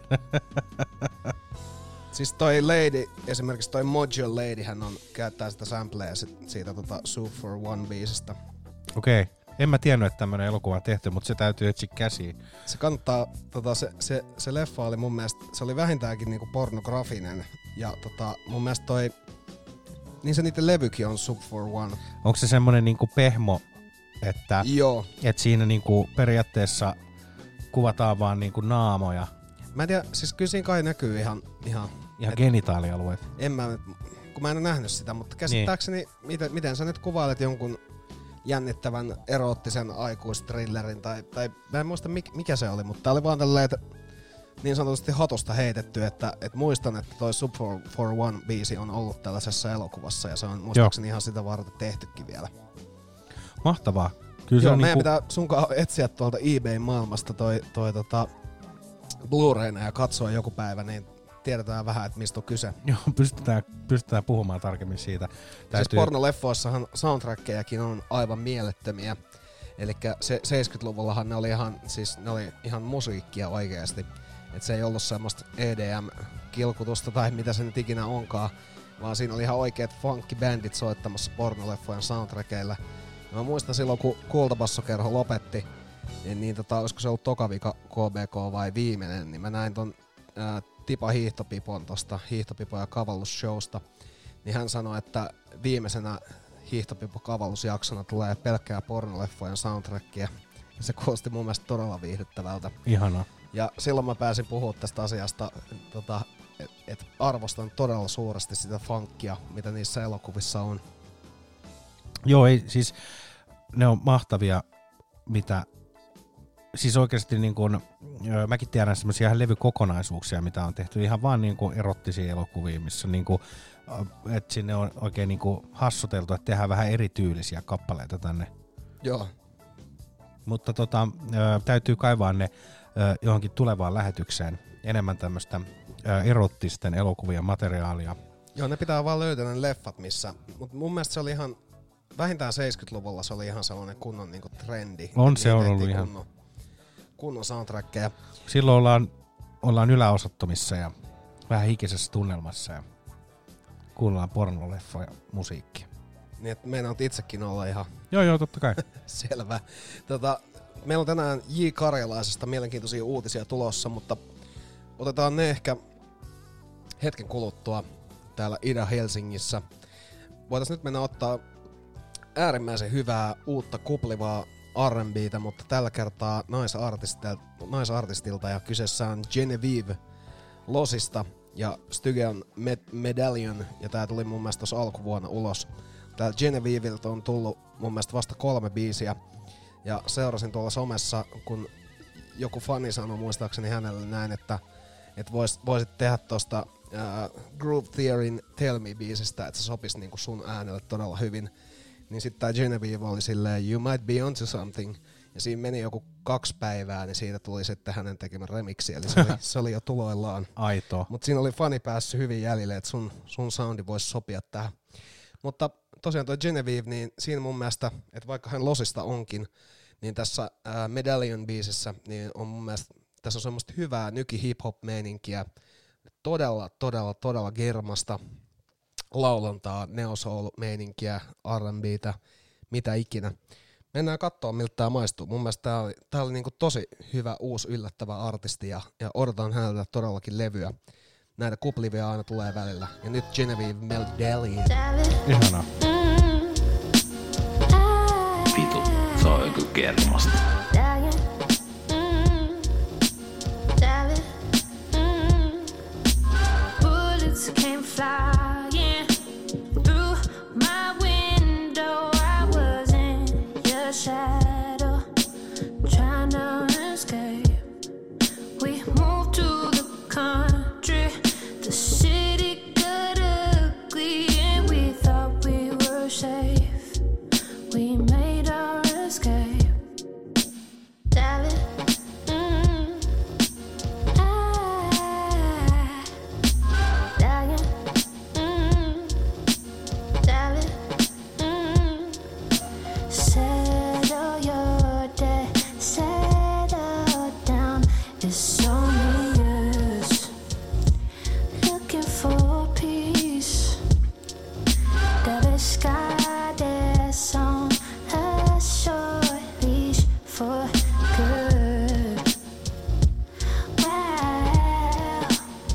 Speaker 4: Siis toi Lady, esimerkiksi toi Mojo Lady, hän on, käyttää sitä sampleja sit, siitä tota Soup for One biisistä.
Speaker 5: Okei. Okay. En mä tiennyt, että tämmönen elokuva on tehty, mutta se täytyy etsiä käsiin.
Speaker 4: Se kannattaa, tota, se, se, se leffa oli mun mielestä, se oli vähintäänkin niinku pornografinen. Ja tota, mun mielestä toi, niin se niiden levykin on Soup for One.
Speaker 5: Onko se semmonen niinku pehmo, että,
Speaker 4: Joo.
Speaker 5: että siinä niinku periaatteessa kuvataan vaan niinku naamoja?
Speaker 4: Mä en tiedä, siis kyllä siinä kai näkyy ihan... Ihan,
Speaker 5: ihan genitaalialueet.
Speaker 4: En mä, kun mä en ole nähnyt sitä, mutta käsittääkseni, niin. miten, miten sä nyt kuvailet jonkun jännittävän eroottisen aikuistrillerin, tai, tai mä en muista mikä se oli, mutta tää oli vaan tälleen, että niin sanotusti hatosta heitetty, että, että muistan, että toi Sub for, for One biisi on ollut tällaisessa elokuvassa, ja se on muistaakseni ihan sitä varten tehtykin vielä.
Speaker 5: Mahtavaa. Kyllä se
Speaker 4: Joo,
Speaker 5: on
Speaker 4: meidän
Speaker 5: niinku...
Speaker 4: pitää sunkaan etsiä tuolta eBay-maailmasta toi, toi tota Blu-rayna ja katsoa joku päivä, niin tiedetään vähän, että mistä on kyse.
Speaker 5: Joo, pystytään, pystytään puhumaan tarkemmin siitä.
Speaker 4: Täytyy... Siis pornoleffoissahan soundtrackejakin on aivan mielettömiä. Elikkä se seitsemänkymmentäluvullahan ne oli ihan, siis ne oli ihan musiikkia oikeasti. Et se ei ollut semmoista E D M-kilkutusta tai mitä se nyt ikinä onkaan, vaan siinä oli ihan oikeat funky-bändit soittamassa pornoleffojen soundtrackeilla. Ja mä muistan silloin, kun Kultabassokerho lopetti, niin, niin tota, olisiko se ollut tokavika K B K vai viimeinen, niin mä näin ton ää, Tipa Hiihtopipon tosta Hiihtopipo ja kavallusshowsta, niin hän sanoi, että viimeisenä Hiihtopipo kavallusjaksona tulee pelkkää pornoleffojen soundtrackia. Ja se kuulosti mun mielestä todella viihdyttävältä.
Speaker 5: Ihanaa.
Speaker 4: Ja silloin mä pääsin puhua tästä asiasta, tota, että et arvostan todella suuresti sitä funkia, mitä niissä elokuvissa on.
Speaker 5: Joo, ei, siis ne on mahtavia, mitä... Siis oikeasti niin kun, öö, mäkin tiedän semmoisia ihan levykokonaisuuksia, mitä on tehty ihan vaan niinku erottisia elokuvia, missä niinku, että sinne on oikein niinku hassuteltu, että tehdään vähän erityylisiä kappaleita tänne.
Speaker 4: Joo.
Speaker 5: Mutta tota, öö, täytyy kaivaa ne öö, johonkin tulevaan lähetykseen enemmän tämmöistä öö, erottisten elokuvien materiaalia.
Speaker 4: Joo, ne pitää vaan löytää ne leffat missä, mutta mun mielestä se oli ihan, vähintään seitsemänkymmentäluvulla se oli ihan sellainen kunnon niinku trendi.
Speaker 5: On se
Speaker 4: niin
Speaker 5: on ollut ihan.
Speaker 4: Kunnon, kunnon soundtrackeja.
Speaker 5: Silloin ollaan, ollaan yläosattomissa ja vähän hikisessä tunnelmassa ja kuunnellaan pornoleffoja musiikkia.
Speaker 4: Niin, että meinaat itsekin olla ihan...
Speaker 5: Joo, joo, totta kai.
Speaker 4: Selvä. Tota, meillä on tänään J. Karjalaisesta mielenkiintoisia uutisia tulossa, mutta otetaan ne ehkä hetken kuluttua täällä Ida-Helsingissä. Voitaisiin nyt mennä ottaa äärimmäisen hyvää uutta kuplivaa R and B:tä, mutta tällä kertaa naisartistilta, naisartistilta ja kyseessä on Genevieve Losista ja Stygeon Med- Medallion, ja tää tuli mun mielestä tossa alkuvuonna ulos. Tää Genevieveltä on tullut mun mielestä vasta kolme biisiä, ja seurasin tuolla somessa, kun joku fani sanoi muistaakseni hänelle näin, että et vois, voisit tehdä tosta uh, Groove Theoryn Tell Me-biisistä, että se sopisi niinku sun äänelle todella hyvin. Niin sit tää Genevieve oli silleen, you might be onto something. Ja siinä meni joku kaksi päivää, niin siitä tuli sitten hänen tekemä remixi, eli se oli, se oli jo tuloillaan.
Speaker 5: Aito.
Speaker 4: Mutta siinä oli fani päässyt hyvin jäljille, että sun, sun soundi voisi sopia tähän. Mutta tosiaan toi Genevieve, niin siinä mun mielestä, että vaikka hän Losista onkin, niin tässä ää, Medallion-biisissä, niin on mun mielestä, tässä on semmoista hyvää nyki-hip-hop-meininkiä, todella, todella, todella germasta laulantaa, neo-soul-meininkiä, R and B:tä, mitä ikinä. Mennään katsoa, miltä tää maistuu. Mun mielestä tää oli, tää oli niinku tosi hyvä, uusi, yllättävä artisti, ja, ja odotan häneltä todellakin levyä. Näitä kuplivia aina tulee välillä. Ja nyt Genevieve Medallion.
Speaker 5: Ihanaa.
Speaker 3: Vitu, se on joku kermasta.
Speaker 14: Bullets came flying through my window. I was in your shadow, trying to escape. We moved to the country. The city got ugly and we thought we were safe. We made our escape. Darling, mm, I, darling, mm, darling, mm, settle your day, settle down. It's only us looking for peace. The sky that's on a short leash for good. Wow,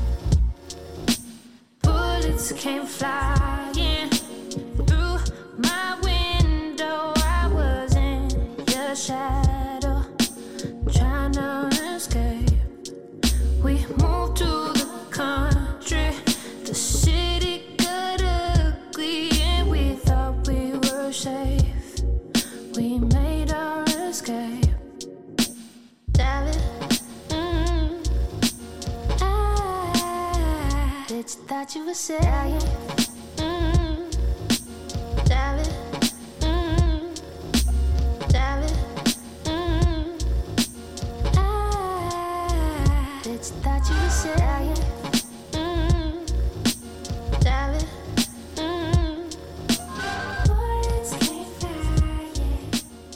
Speaker 14: bullets came flying through my window. I was in your shadow, trying to escape. We moved to the country. The city got ugly and we thought we were safe. We made our escape. Darling, mm, I bet you thought you were saying, mm, darling, mm, darling, mm, I bet you thought you were saying, mm, darling, mm, bullets came flying.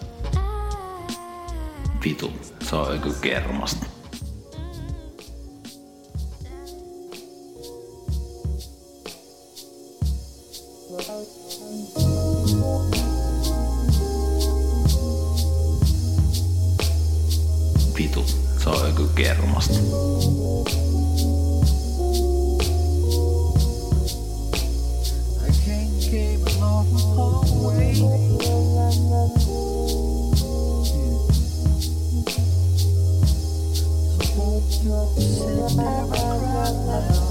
Speaker 3: Vitu, se on joku kermasta. Vitu, se on joku kermasta.
Speaker 10: I can't keep along the hallway. Sit there and cry loud.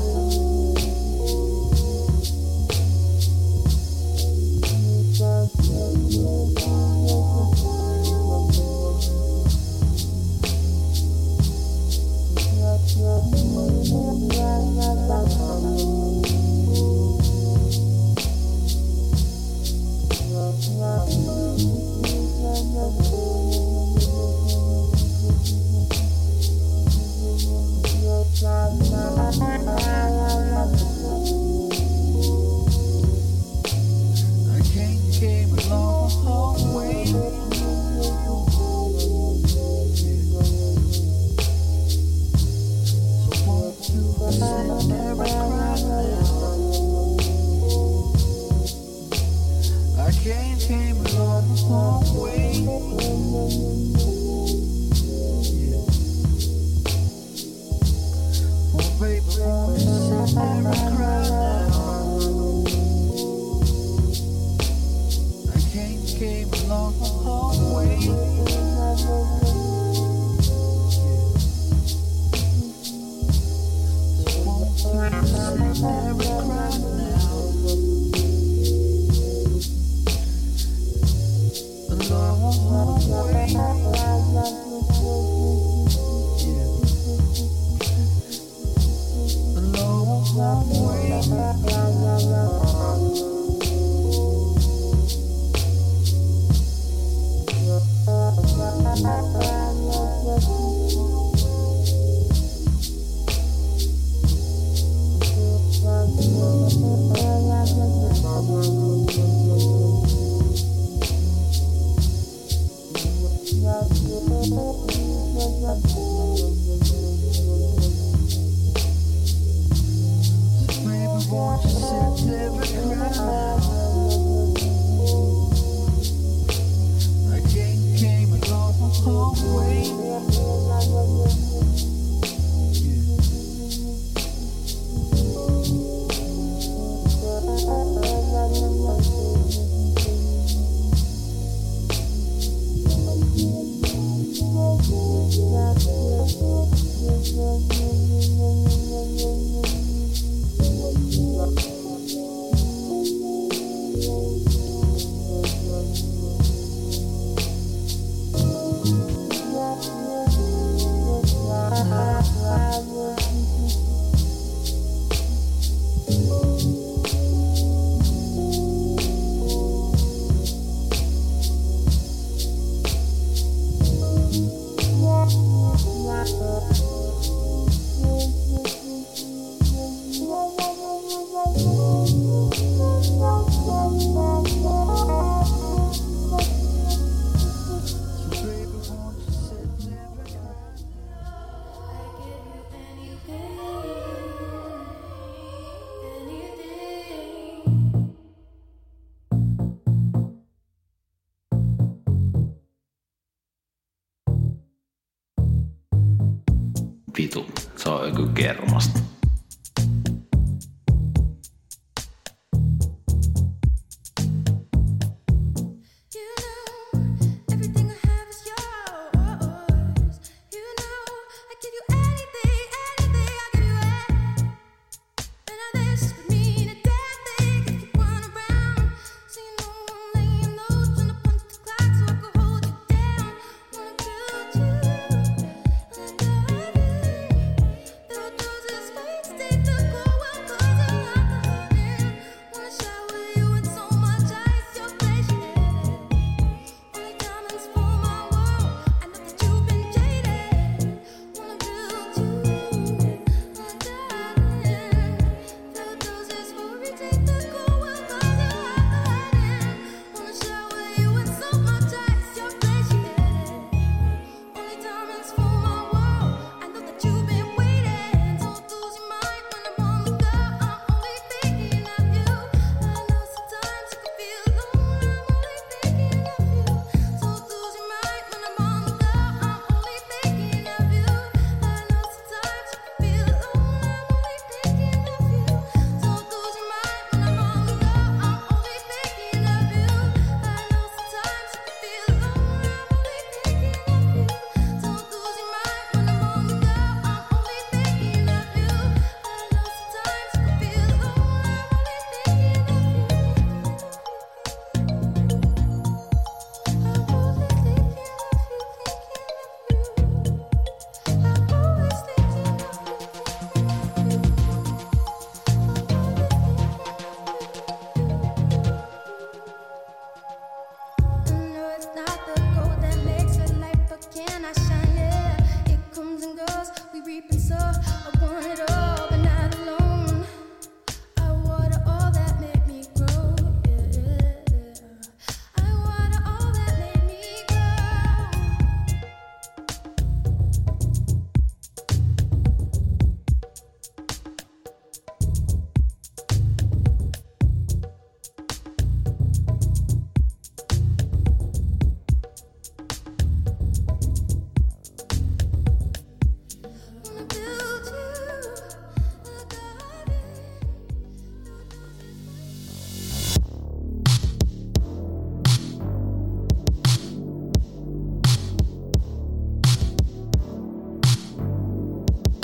Speaker 3: Vitu, se on joku kermasta.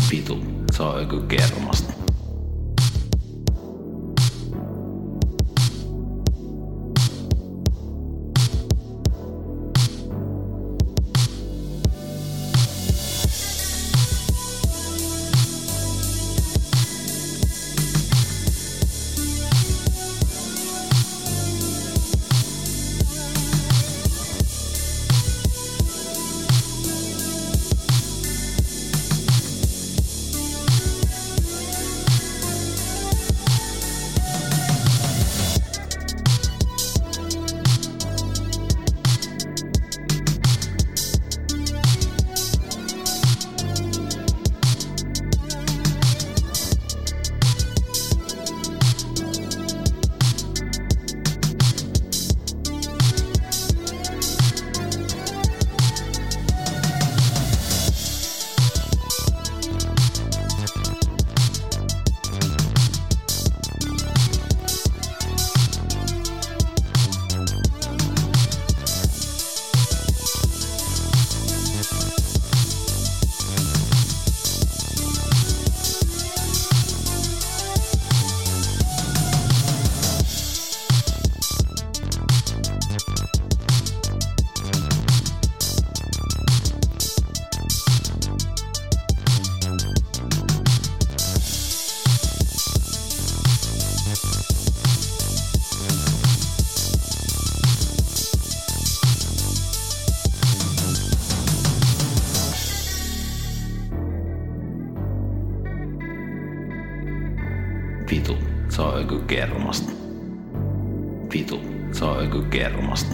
Speaker 3: Vitu, se on joku kermasta. Vitu, se on joku kermasta. Vitu, se on joku kermasta.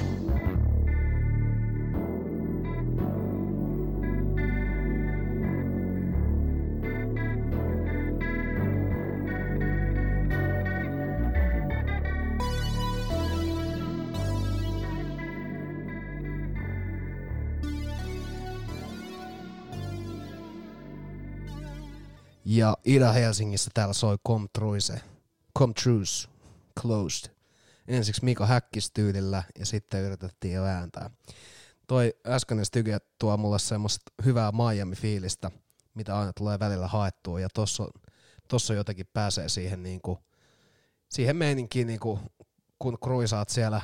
Speaker 4: Ja Ida-Helsingissä täällä soi Come Truise, Come Truce, Closed. Ensiksi Mika Häkkis tyylillä ja sitten yritettiin jo vääntää. Toi äskeinen styge tuo mulle semmoista hyvää Miami-fiilistä, mitä aina tulee välillä haettua. Ja tossa, tossa jotenkin pääsee siihen, niinku, siihen meininkiin, niinku, kun kruisaat siellä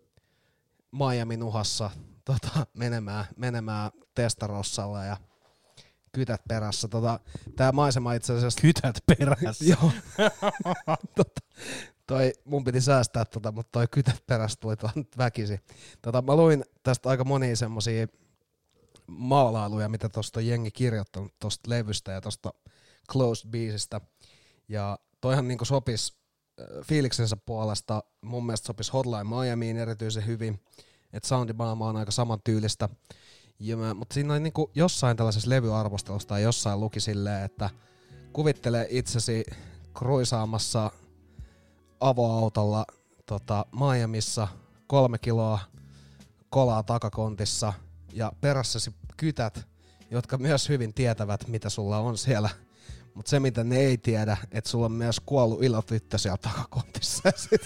Speaker 4: Miami-nuhassa tota, menemään, menemään Testarossalla ja kytät perässä. Tota, tää maisema itse asiassa...
Speaker 5: Kytät perässä?
Speaker 4: Joo. tota, toi, mun piti säästää tota, mutta toi kytät perässä tuli tuon väkisin. Tota, mä luin tästä aika monia semmosia maalailuja, mitä tosta on jengi kirjoittanut tosta levystä ja tosta Closed-biisistä. Ja toihan niinku sopis äh, fiiliksensä puolesta, mun mielestä sopis Hotline Miamiin erityisen hyvin, että soundimaailma on aika samantyylistä. Ja mutta siinä oli niinku jossain tällaisessa levyarvostelussa tai jossain luki silleen, että kuvittele itsesi kruisaamassa avoautolla tota, Miamissa, kolme kiloa kolaa takakontissa ja perässäsi kytät, jotka myös hyvin tietävät, mitä sulla on siellä. Mutta se, mitä ne ei tiedä, että sulla on myös kuollut ilotyttö siellä takakontissa. Ja sit,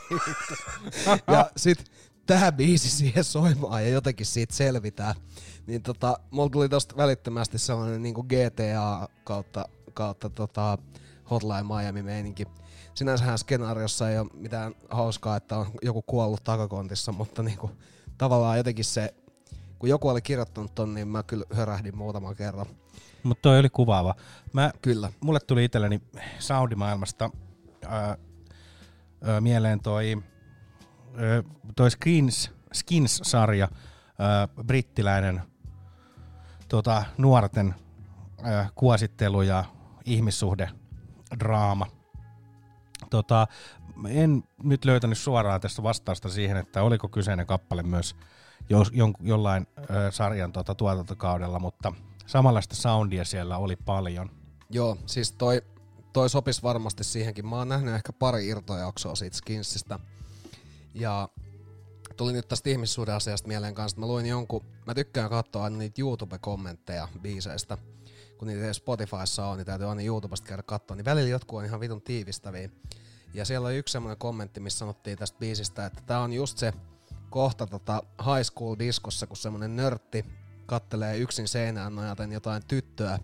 Speaker 4: ja sit tää biisi siihen soimaan ja jotenkin siitä selvitään. Niin tota, mulla tuli tosta välittömästi sellainen niinku G T A kautta, kautta tota Hotline Miami-meininki. Sinänsähän skenaariossa ei ole mitään hauskaa, että on joku kuollut takakontissa, mutta niinku, tavallaan jotenkin se, kun joku oli kirjoittanut ton, niin mä kyllä hörähdin muutaman kerran.
Speaker 5: Mutta toi oli kuvaava. Mä,
Speaker 4: kyllä.
Speaker 5: Mulle tuli itselleni soundimaailmasta ää, ää, mieleen toi, ää, toi Skins, Skins-sarja, ää, brittiläinen tota, nuorten ää, kuosittelu ja ihmissuhdedraama. Tota, en nyt löytänyt suoraan tästä vastausta siihen, että oliko kyseinen kappale myös jo, jon, jollain ää, sarjan tota, tuotantokaudella, mutta samanlaista soundia siellä oli paljon.
Speaker 4: Joo, siis toi, toi sopisi varmasti siihenkin. Mä oon nähnyt ehkä pari irtojaksoa siitä Skinsistä. Ja tuli nyt tästä ihmissuhdeasiasta mieleen kanssa, mä luin jonkun, mä tykkään katsoa aina niitä YouTube-kommentteja biiseistä. Kun niitä ei Spotifyssa on, niin täytyy aina YouTubesta käydä katsoa, niin välillä jotkut on ihan vitun tiivistäviä. Ja siellä oli yksi semmoinen kommentti, missä sanottiin tästä biisistä, että tää on just se kohta tota high school diskossa, kun semmonen nörtti kattelee yksin seinään nojaten jotain tyttöä,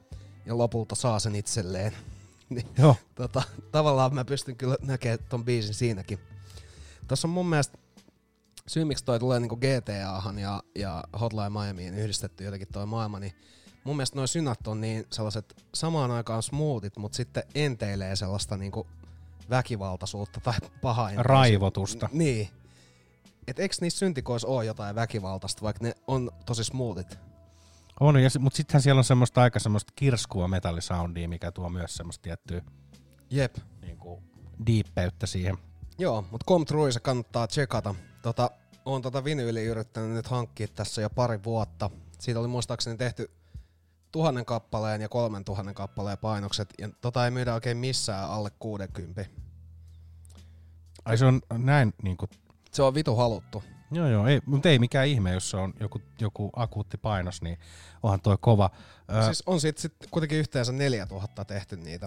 Speaker 4: ja lopulta saa sen itselleen. Niin,
Speaker 5: Joo.
Speaker 4: tota, tavallaan mä pystyn kyllä näkemään ton biisin siinäkin. Tossa on mun mielestä syy, miksi toi tulee niinku G T Ahan ja, ja Hotline Miamiin yhdistetty jotenkin toi maailma, niin mun mielestä noi synat on niin sellaiset samaan aikaan smoothit, mutta sitten enteilee sellaista niinku väkivaltaisuutta tai pahaa
Speaker 5: Raivotusta.
Speaker 4: Niin. Et eiks niissä syntikoissa oo jotain väkivaltaista, vaikka ne on tosi smoothit?
Speaker 5: On, mutta sittenhän siellä on semmoista aika semmoista kirskua metallisoundia, mikä tuo myös semmoista tiettyä
Speaker 4: Jep.
Speaker 5: Niinku diippeyttä siihen.
Speaker 4: Joo, mutta Come True se kannattaa tsekata. Tota, oon tota vinyyliä yrittänyt nyt hankkia tässä jo pari vuotta. Siitä oli muistaakseni tehty tuhannen kappaleen ja kolmen tuhannen kappaleen painokset, ja tota ei myydä oikein missään alle kuusikymmentä.
Speaker 5: Ai se on näin niinku...
Speaker 4: Se on vitu haluttu.
Speaker 5: Joo joo, ei, mutta ei mikään ihme, jos se on joku, joku akuutti painos, niin onhan toi kova.
Speaker 4: No siis on sit, sit kuitenkin yhteensä neljätuhatta tehty niitä.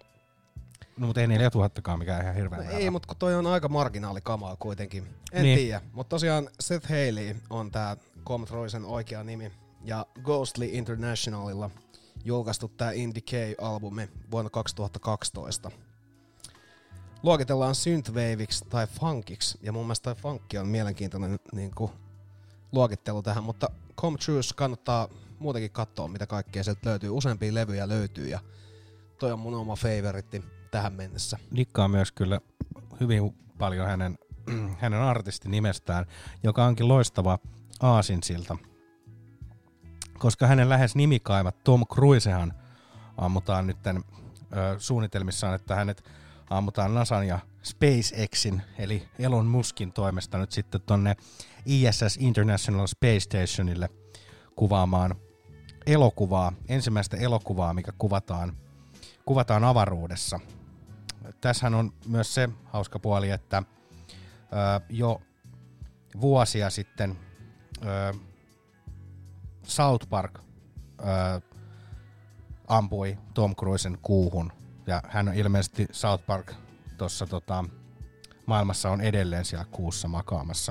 Speaker 5: No mutta ei neljätuhattakaan mikään ihan hirveän
Speaker 4: No
Speaker 5: vähän.
Speaker 4: ei, mutta kun toi on aika marginaalikamaa kuitenkin. En
Speaker 5: Niin.
Speaker 4: tiedä, mutta tosiaan Seth Haley on tää Come Trueisen oikea nimi. Ja Ghostly Internationalilla julkaistu tää In Decay-albumi vuonna kaksituhattakaksitoista. Luokitellaan synthwaveiksi tai funkiksi, ja mun mielestä toi funkki on mielenkiintoinen niin kuin, luokittelu tähän, mutta Come True kannattaa muutenkin katsoa, mitä kaikkea sieltä löytyy. Useampia levyjä löytyy, ja toi on mun oma favoritti tähän mennessä.
Speaker 5: Dikkaa myös kyllä hyvin paljon hänen, hänen artistinimestään, joka onkin loistava aasinsilta. Koska hänen lähes nimikaivat Tom Cruisehan ammutaan nytten ö, suunnitelmissaan, että hänet ammutaan NASAn ja SpaceXin, eli Elon Muskin toimesta nyt sitten tonne I S S International Space Stationille kuvaamaan elokuvaa, ensimmäistä elokuvaa, mikä kuvataan, kuvataan avaruudessa. Tässähän on myös se hauska puoli, että ö, jo vuosia sitten ö, South Park ö, ampui Tom Cruisen kuuhun, ja hän on ilmeisesti South Park tuossa tota, maailmassa on edelleen siellä kuussa makaamassa.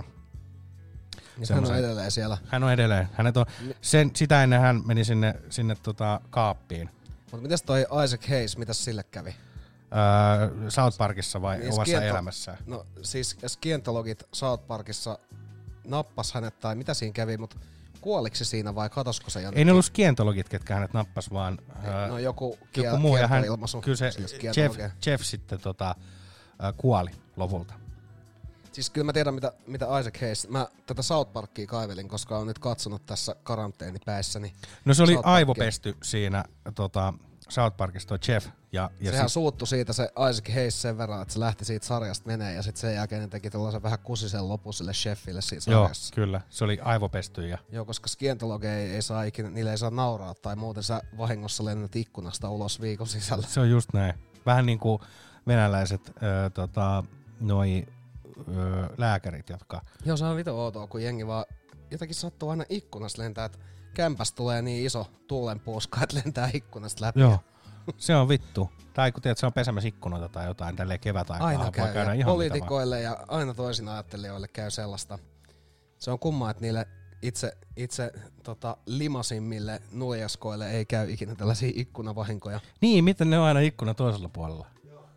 Speaker 4: Ja hän on edelleen siellä.
Speaker 5: Hän on edelleen. Hänet on, sen, sitä ennen hän meni sinne, sinne tota, kaappiin.
Speaker 4: Mutta mitäs toi Isaac Hayes, mitäs sille kävi?
Speaker 5: Öö, South Parkissa vai
Speaker 4: Niin
Speaker 5: omassa
Speaker 4: skiento-
Speaker 5: elämässään?
Speaker 4: No siis skientologit South Parkissa nappas hänet tai mitä siinä kävi, mutta kuoliko se siinä vai katosko se jonnekin?
Speaker 5: Ei ne ollut skientologit, ketkä hänet nappas, vaan öö,
Speaker 4: no joku,
Speaker 5: joku muu. Ja hän,
Speaker 4: kieltoilmaisu
Speaker 5: kyllä se
Speaker 4: sille
Speaker 5: Jeff,
Speaker 4: skientologeille.
Speaker 5: Jeff sitten tota, öö, kuoli lopulta.
Speaker 4: Siis kyllä mä tiedän, mitä, mitä Isaac Hayes... Mä tätä South Parkia kaivelin, koska olen nyt katsonut tässä karanteenipäissäni.
Speaker 5: No se oli
Speaker 4: South Parkia.
Speaker 5: aivopesty siinä tota, South Parkissa toi Jeff. Ja, ja
Speaker 4: Sehän
Speaker 5: sit,
Speaker 4: suuttui siitä se Isaac Hayes sen verran, että se lähti siitä sarjasta menee ja sitten sen jälkeen ne teki tällaisen vähän kusisen lopun sille chefille siitä
Speaker 5: joo,
Speaker 4: sarjassa.
Speaker 5: kyllä. Se oli aivopesty. Ja...
Speaker 4: Joo, koska skientologeja ei, ei saa ikinä, niille ei saa nauraa tai muuten sä vahingossa lennät ikkunasta ulos viikon sisällä.
Speaker 5: Se on just näin. Vähän niin kuin venäläiset öö, tota, noi öö, lääkärit, jotka...
Speaker 4: Joo, se on vito outoa, kun jengi vaan jotenkin sattuu aina ikkunasta lentää, että kämpästä tulee niin iso tuulenpuuska, että lentää ikkunasta läpi.
Speaker 5: Joo, se on vittu. Tai kun tiedät, se on pesemässä ikkunoita tai jotain tälleen kevätaikaa.
Speaker 4: Aina
Speaker 5: voi
Speaker 4: käy,
Speaker 5: käydä
Speaker 4: ja
Speaker 5: ihan
Speaker 4: poliitikoille ja aina toisin ajattelijoille käy sellaista. Se on kummaa, että niille itse, itse tota, limasimmille nuljaskoille ei käy ikinä tällaisia ikkunavahinkoja.
Speaker 5: Niin, miten ne on aina ikkuna toisella puolella?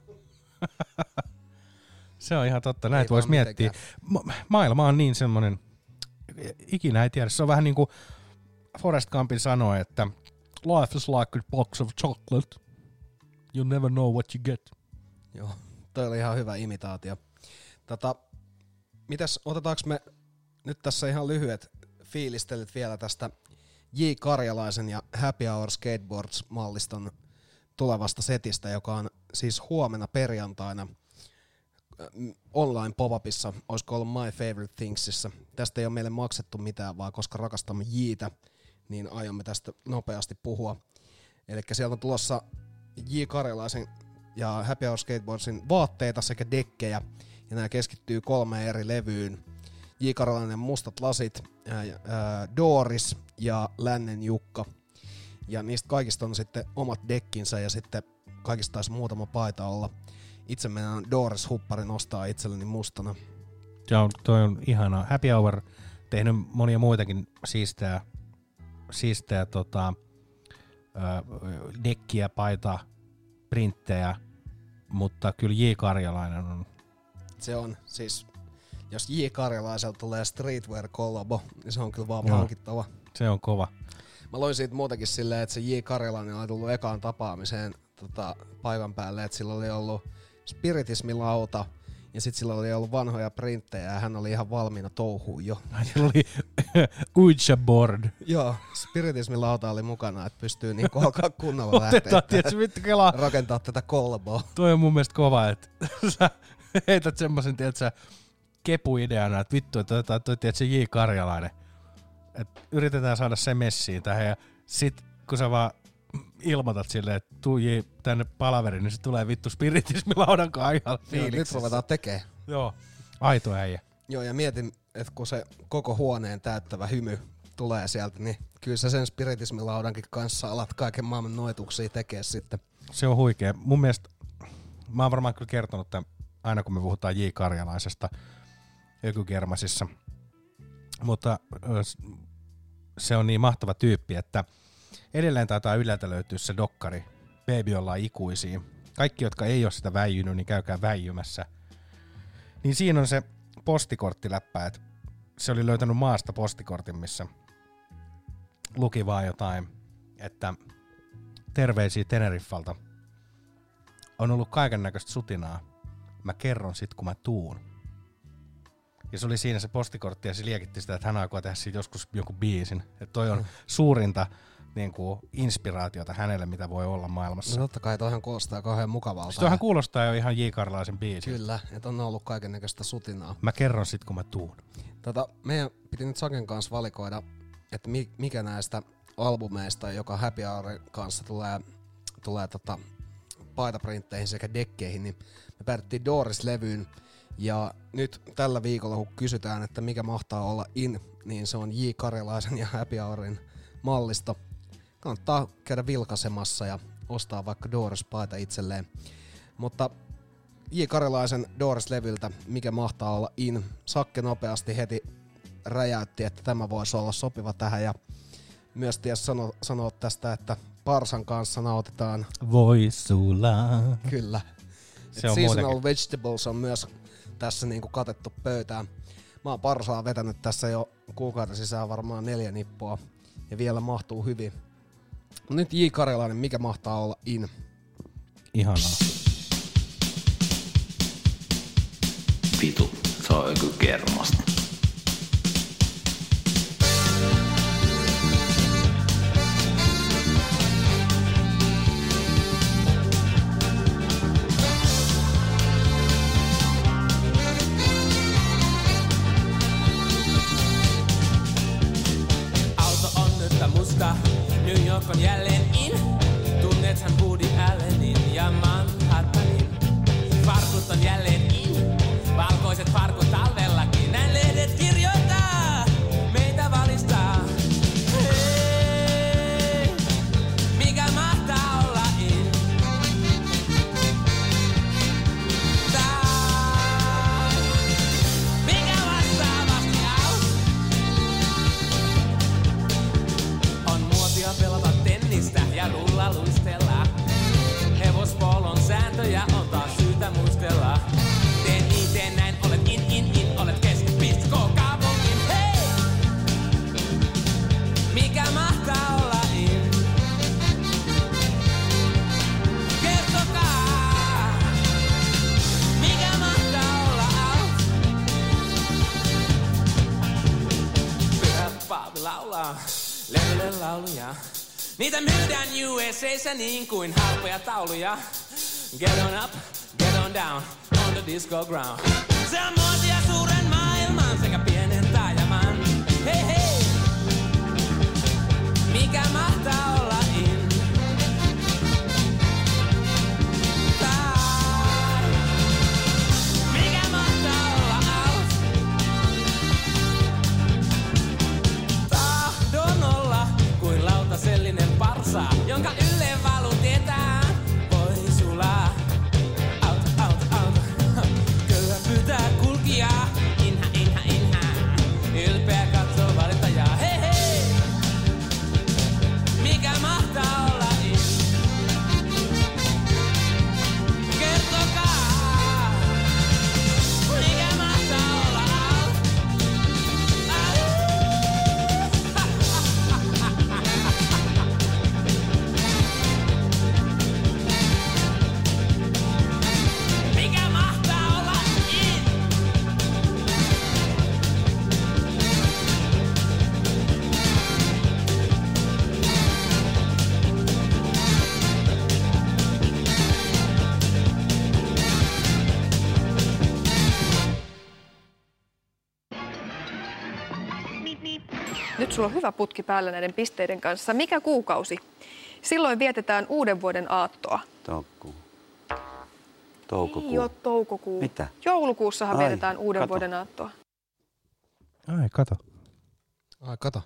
Speaker 5: Se on ihan totta, näitä voisi miettiä. Ma- maailma on niin semmoinen, ikinä ei tiedä. Se on vähän niin kuin Forrest Gumpin sanoi, että life is like a box of chocolate. You never know what you get.
Speaker 4: Joo, toi oli ihan hyvä imitaatio. Tota, mitäs, otetaanko me nyt tässä ihan lyhyet fiilistelyt vielä tästä J. Karjalaisen ja Happy Hour Skateboards-malliston tulevasta setistä, joka on siis huomenna perjantaina online pop-upissa, olisiko ollut My Favorite Thingsissa. Tästä ei ole meille maksettu mitään, vaan koska rakastamme Jiitä, niin aiomme tästä nopeasti puhua. Eli sieltä on tulossa J. Karjalaisen ja Happy Hour Skateboardsin vaatteita sekä dekkejä, ja nämä keskittyy kolmeen eri levyyn. J. Karjalainen Mustat lasit, ää, ää, Doris ja Lännen Jukka. Ja niistä kaikista on sitten omat dekkinsä ja sitten kaikista taisi muutama paita olla. Itse mennään Doris-hupparin ostaa itselleni mustana.
Speaker 5: Joo, toi on ihanaa. Happy Hour tehnyt monia muitakin siistejä, siistejä tota, dekkiä, paita, printtejä, mutta kyllä J. Karjalainen on.
Speaker 4: Se on siis, jos J. Karjalaiselta tulee streetwear collabo, niin se on kyllä vaan
Speaker 5: Joo.
Speaker 4: hankittava.
Speaker 5: Se on kova.
Speaker 4: Mä loin siitä muutenkin silleen, että se J. Karjalainen oli tullut ekaan tapaamiseen tota, paikan päälle, että sillä oli ollut spiritismilauta ja sit sillä oli ollut vanhoja printtejä ja hän oli ihan valmiina touhuun jo.
Speaker 5: Sillä oli Ouija board.
Speaker 4: Joo, spiritismilauta oli mukana, että pystyy niinku alkaa kunnolla lähteä
Speaker 5: Otetaan, tiedätkö, vittu kelaa.
Speaker 4: rakentaa tätä kolboa.
Speaker 5: Toi on mun mielestä kova, että sä heität semmosen, tiedätkö, kepuideana, että vittu, että otetaan toi, tiedätkö, J. Karjalainen. Että yritetään saada se messiin tähän ja sit kun sä vaan ilmoitat silleen, että tuu J tänne palaveriin, niin se tulee vittu spiritismilaudan kaijalla fiiliksessä.
Speaker 4: Nyt ruvetaan tekee.
Speaker 5: Joo, aito äijä.
Speaker 4: Joo, ja mietin, että kun se koko huoneen täyttävä hymy tulee sieltä, niin kyllä sä sen spiritismilaudankin kanssa alat kaiken maailman noituksia tekee sitten.
Speaker 5: Se on huikea. Mun mielestä, mä oon varmaan kyllä kertonut tämän, aina kun me puhutaan J. Karjalaisesta Ökygermasissa, mutta se on niin mahtava tyyppi, että edelleen taitaa Yleltä löytyä se dokkari, Baby ollaan ikuisia. Kaikki, jotka ei ole sitä väijynyt, niin käykää väijymässä. Niin siinä on se postikorttiläppä, että se oli löytänyt maasta postikortin, missä luki vaan jotain, että terveisiä Teneriffalta. On ollut kaiken näköistä sutinaa. Mä kerron sit, kun mä tuun. Ja se oli siinä se postikortti ja se liekitti sitä, että hän aikoo tehdä siitä joskus joku biisin. Että toi on suurinta niin kuin inspiraatiota hänelle, mitä voi olla maailmassa.
Speaker 4: No totta kai toihan kuulostaa kauhean mukavalta.
Speaker 5: Siis toihan kuulostaa jo ihan J. Karjalaisen biisi.
Speaker 4: Kyllä, että on ollut kaikennäköistä sutinaa.
Speaker 5: Mä kerron sit, kun mä tuun.
Speaker 4: Tota, meidän piti nyt Saken kanssa valikoida, että mikä näistä albumeista, joka Happy Hourin kanssa tulee, tulee tota, paitaprintteihin sekä dekkeihin, niin me päädyttiin Doris-levyyn. Ja nyt tällä viikolla, kun kysytään, että mikä mahtaa olla in, niin se on J. Karjalaisen ja Happy Hourin mallisto. Kannattaa käydä vilkaisemassa ja ostaa vaikka Doris-paita itselleen. Mutta J. Karjalaisen Doris-levyltä, mikä mahtaa olla in, Sakke nopeasti heti räjäytti, että tämä voisi olla sopiva tähän. Ja myös ties sano, sanoa tästä, että Parsan kanssa nautitaan.
Speaker 5: Voi sulaa.
Speaker 4: Kyllä.
Speaker 5: Se on
Speaker 4: Seasonal
Speaker 5: muutenkin.
Speaker 4: Vegetables on myös tässä niinku katettu pöytään. Mä oon Parsaa vetänyt tässä jo kuukauden sisään varmaan neljä nippoa. Ja vielä mahtuu hyvin. Nyt J. Karjalainen, mikä mahtaa olla in?
Speaker 5: Ihanaa.
Speaker 3: Vitu, se on joku kermasta.
Speaker 2: New York on jälleen in. Tunnethan Woody Allenin ja Manhattanin. Farkut on jälleen in. Valkoiset farkut talvellakin. Näin lehdet kirjoittaa. Meitä valistaa. Hei, mikä mahtaa olla in? Tai mikä vastaavasti out? On muotia pelata tennistä ja rullaluistella. Hevospolon sääntöjä on taas syytä muistella. Teen niin, teen näin, olet in, in, in, olet keskipiste, koko kaupungin, hei! Mikä mahtaa olla in? Kertokaa! Mikä mahtaa olla out? Pyhä Paavi laulaa levylle lauluja. Niitä myydään U S A:ssä niin kuin halpoja tauluja. Get on up, get on down, on the disco ground. Se on muotia suuren maailman sekä pienen taajaman. Hei hei! Mikä mahtaa olla in? Tai mikä mahtaa olla out? Tahdon olla kuin lautasellinen parsa, jonka ylle valutetaan. Voi sulaa. Out, out, out. Köyhä pyytää kulkijaa. Inhä, inhä, inhä.
Speaker 15: sulla on hyvä putki päällä näiden pisteiden kanssa. Mikä kuukausi? Silloin vietetään uuden vuoden aattoa.
Speaker 16: Toukkuu. Toukokuu.
Speaker 15: Ei ole toukokuu.
Speaker 16: Mitä?
Speaker 15: Joulukuussahan
Speaker 16: Ai,
Speaker 15: vietetään uuden
Speaker 16: kato.
Speaker 15: vuoden aattoa.
Speaker 5: Ai, kato.
Speaker 4: Ai, kato.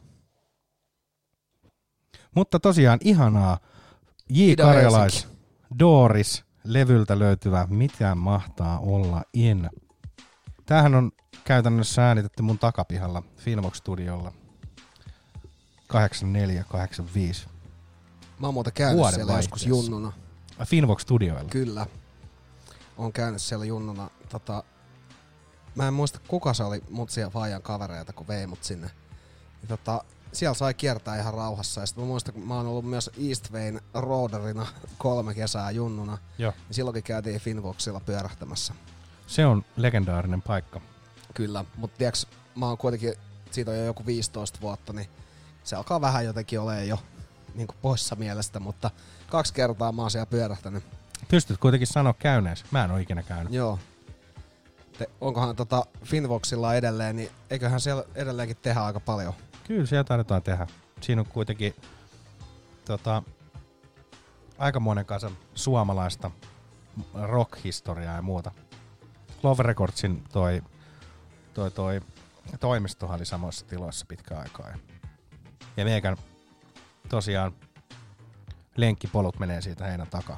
Speaker 5: Mutta tosiaan ihanaa J.
Speaker 4: Ida
Speaker 5: Karjalais
Speaker 4: Helsinki.
Speaker 5: Doris levyltä löytyvä Mitä mahtaa olla in. Tämähän on käytännössä äänitetty mun takapihalla Filmox-studiolla kahdeksankymmentäneljä kahdeksankymmentäviisi.
Speaker 4: Mä oon muuten käynyt
Speaker 5: Vuoden
Speaker 4: siellä joskus
Speaker 5: vaihteessa.
Speaker 4: junnuna.
Speaker 5: Ai, Filmox-studioilla?
Speaker 4: Kyllä. Oon käynyt siellä junnuna. Tota, mä en muista kuka se oli mut siellä Fajan kavereita, kun vei mut sinne. Ja tota, siellä sai kiertää ihan rauhassa. Ja sit mä muistan, kun mä oon ollut myös Eastwayn roaderina kolme kesää junnuna.
Speaker 5: Joo.
Speaker 4: Ja silloinkin käytiin Finvoxilla pyörähtämässä.
Speaker 5: Se on legendaarinen paikka.
Speaker 4: Kyllä, mutta tiiäks, mä oon kuitenkin, siitä on jo joku viisitoista vuotta, niin se alkaa vähän jotenkin olemaan jo niin kuin poissa mielestä, mutta kaksi kertaa mä oon siellä pyörähtänyt.
Speaker 5: Pystyt kuitenkin sanoa käyneesi. Mä en oo ikinä käynyt.
Speaker 4: Joo. Te, onkohan tota Finvoxilla edelleen, niin eiköhän siellä edelleenkin tehdä aika paljon.
Speaker 5: Kyllä siellä taidetaan tehdä. Siinä on kuitenkin tota, aikamoinen kanssa suomalaista rock-historiaa ja muuta. Love Recordsin toi, toi, toi toimistohan oli samoissa tiloissa pitkään aikaa. Ja, ja meikän tosiaan lenkkipolut menee siitä heinän takaa.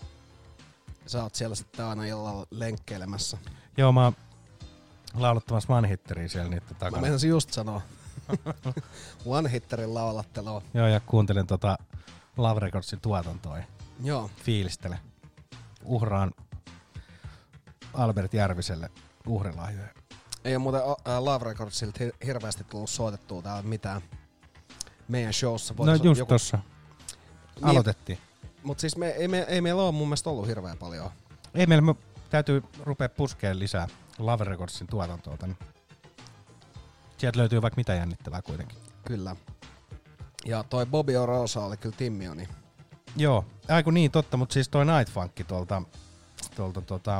Speaker 4: Sä oot siellä sitten aina illalla lenkkeilemässä.
Speaker 5: Joo, mä oon laulattamassa one-hitteriä siellä niiden takana.
Speaker 4: Mä meinasin just sanoa. One-hitterin laulattelua.
Speaker 5: Joo, ja kuuntelen tota Love Recordsin tuotantoa.
Speaker 4: Joo.
Speaker 5: Fiilistele. Uhraan Albert Järviselle uhrilahjoja.
Speaker 4: Ei ole muuten uh, Love Recordsilta hir- hirveästi tullut soitettua täällä mitään meidän showssa.
Speaker 5: No just joku... tossa.
Speaker 4: Niin,
Speaker 5: aloitettiin.
Speaker 4: Mut siis me, ei, me, ei meillä ole mun mielestä ollut hirveän paljon.
Speaker 5: Ei meillä, me täytyy rupea puskeen lisää Love Recordsin tuotantoa tänne. Sieltä löytyy vaikka mitä jännittävää kuitenkin.
Speaker 4: Kyllä. Ja toi Bobby O'Rosa oli kyllä Timmioni.
Speaker 5: Joo, aiku niin totta, mutta siis toi Night Funkki tuolta, tuolta tuolta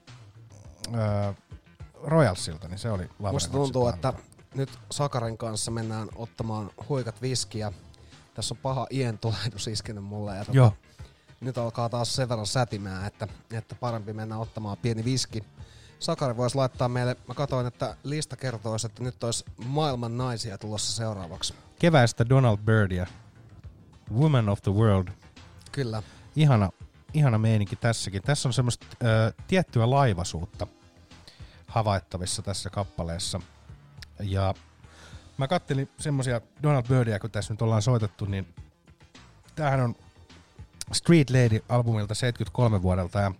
Speaker 5: öö, Royalsilta, niin se oli Love Recordsin
Speaker 4: Musta tuntuu,
Speaker 5: tuotanto.
Speaker 4: että nyt Sakarin kanssa mennään ottamaan huikat viskiä. Tässä on paha ien tulehdus iskenyt mulle. Ja tota,
Speaker 5: Joo.
Speaker 4: nyt alkaa taas sen verran sätimään, että, että parempi mennä ottamaan pieni viski. Sakari voisi laittaa meille, mä katsoin, että lista kertoisi, että nyt olisi maailman naisia tulossa seuraavaksi.
Speaker 5: Keväistä Donald Byrdia, Woman of the World.
Speaker 4: Kyllä.
Speaker 5: Ihana, ihana meininki tässäkin. Tässä on semmoista ö, tiettyä laivasuutta havaittavissa tässä kappaleessa. Ja mä kattelin semmosia Donald Byrdia, kun tässä nyt ollaan soitettu, niin tämähän on Street Lady-albumilta seitsemänkymmentäkolme vuodelta. Ja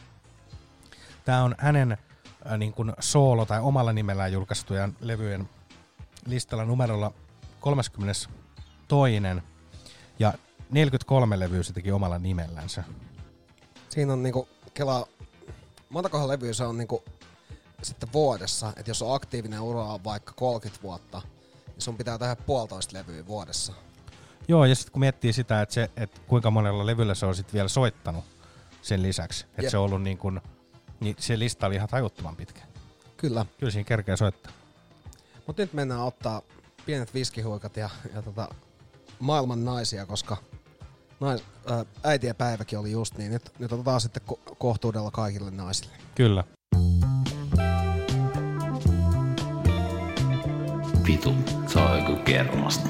Speaker 5: tää on hänen äh, niin kuin soolo- tai omalla nimellään julkaistujen levyjen listalla numerolla kolmaskymmenestoinen. Ja neljäkymmentäkolme levyä se teki omalla nimellänsä.
Speaker 4: Siinä on niinku, kelaa, montakohan levyä se on niinku sitten vuodessa, että jos on aktiivinen ura on vaikka kolmekymmentä vuotta, niin sun pitää tehdä puolitoista levyä vuodessa.
Speaker 5: Joo, ja sitten kun miettii sitä, että, se, että kuinka monella levyllä se on sitten vielä soittanut sen lisäksi, että
Speaker 4: Jep.
Speaker 5: se on ollut niin kuin, niin se lista oli ihan tajuttoman pitkä.
Speaker 4: Kyllä.
Speaker 5: Kyllä siinä kerkeä soittaa.
Speaker 4: Mut nyt mennään ottaa pienet viskihuikat ja, ja tota, maailman naisia, koska nais, ää, äitien päiväkin oli just niin. Nyt, nyt otetaan sitten ko- kohtuudella kaikille naisille.
Speaker 5: Kyllä.
Speaker 3: Vitu, se on joku kermasta.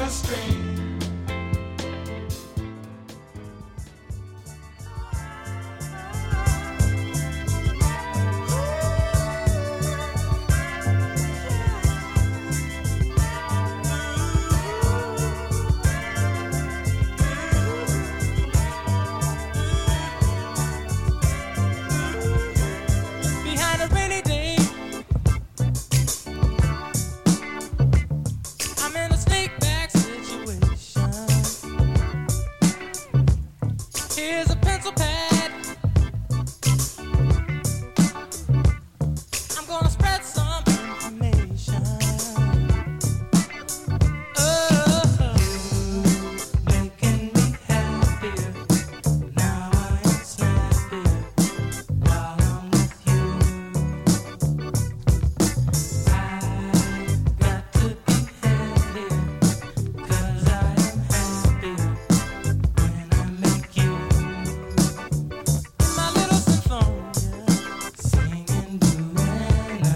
Speaker 2: a string. Behind a rainy day, I'm in a snake back situation. Here's a pencil pad. I'm gonna spread some information. Oh, making me happier. Now I am snappier while I'm with you. I got to be happier, 'cause I am happier when I make you my little symphonia, singing Joanna.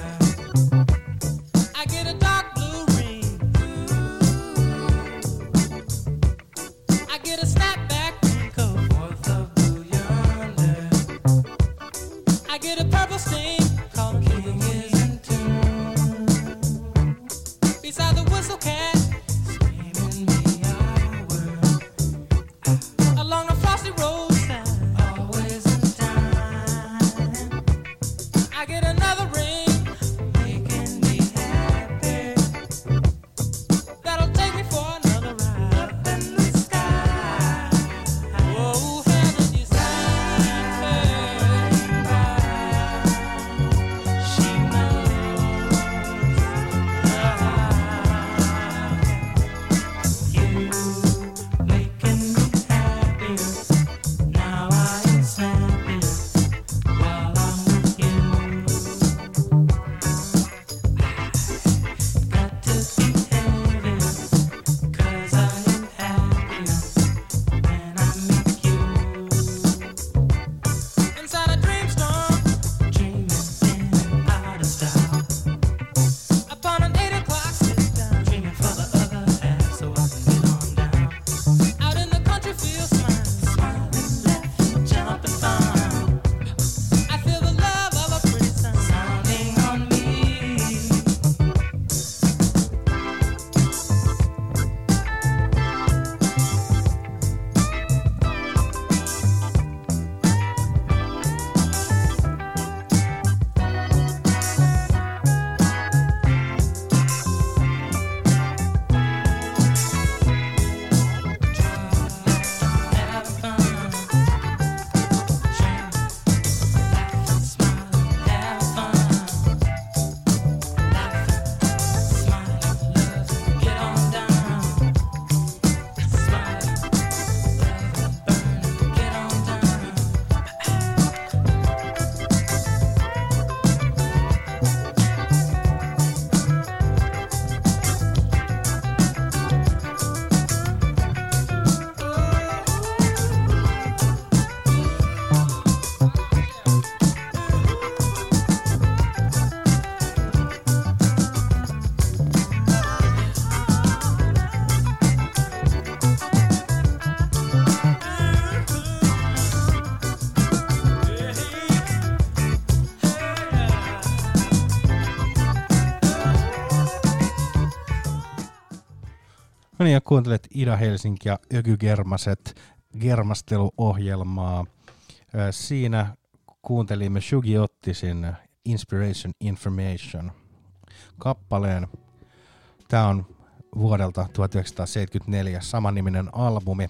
Speaker 2: I get a dark blue ring. I get a snapback wrinkle, fourth of blue yonder. I get a purple stain called King is in tune. Beside the whistle cat, screaming me hour. Along a frosty roadside, always in time. I get another ring, making me happy. That'll take me for another ride up in the sky. Oh, heaven is she knows. You making me happier. Now I am snappier while I'm with you. Got to be happier, 'cause I am happier when I meet you. Inside a dream storm, dreaming in out of style. Upon an eight o'clock sit down, dreaming for the other half so I can get on down. Out in the country field, smile, smiling left, jumping fine. I feel the love of a pretty sun sounding on me.
Speaker 5: No niin, ja kuuntelet Ida Helsinki ja Öky Germaset germasteluohjelmaa. Ö, Siinä kuuntelimme Shugi Ottisin Inspiration Information kappaleen. Tämä on vuodelta tuhatyhdeksänsataaseitsemänkymmentäneljä samanniminen albumi.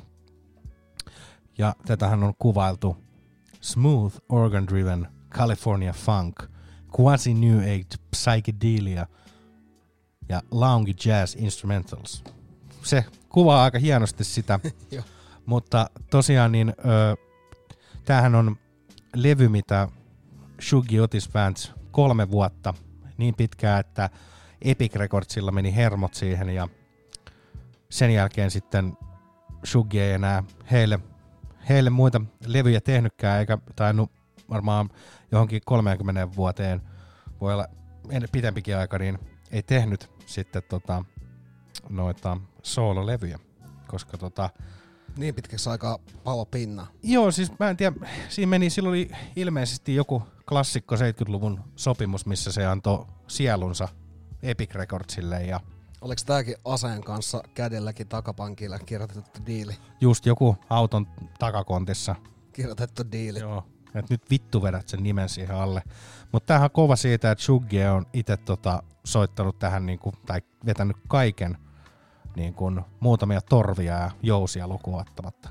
Speaker 5: Ja tätähän on kuvailtu smooth organ-driven California funk, quasi new age psychedelia ja lounge jazz instrumentals. Se kuvaa aika hienosti sitä, mutta tosiaan niin, ö, tämähän on levy, mitä Shugi Otis Bands kolme vuotta, niin pitkään, että Epic Recordsilla meni hermot siihen ja sen jälkeen sitten Shugi ei enää heille, heille muita levyjä tehnytkään, eikä tainnut varmaan johonkin kolmeenkymmeneen vuoteen, voi olla pitempikin aika, niin ei tehnyt sitten tota, noita soololevyjä, koska tota...
Speaker 4: Niin pitkäksi aikaa palo pinna.
Speaker 5: Joo, siis mä en tiedä, siinä meni, silloin oli ilmeisesti joku klassikko seitsemänkymmentäluvun sopimus, missä se antoi sielunsa Epic Recordsille ja...
Speaker 4: Oliko tääkin aseen kanssa kädelläkin takapankilla kirjoitettu diili?
Speaker 5: Just joku auton takakontissa.
Speaker 4: Kirjoitettu diili.
Speaker 5: Joo, et nyt vittu vedät sen nimen siihen alle. Mutta tämähän on kova siitä, että Shuggie on itse tota soittanut tähän niinku, tai vetänyt kaiken niinku, muutamia torvia ja jousia lukuun ottamatta.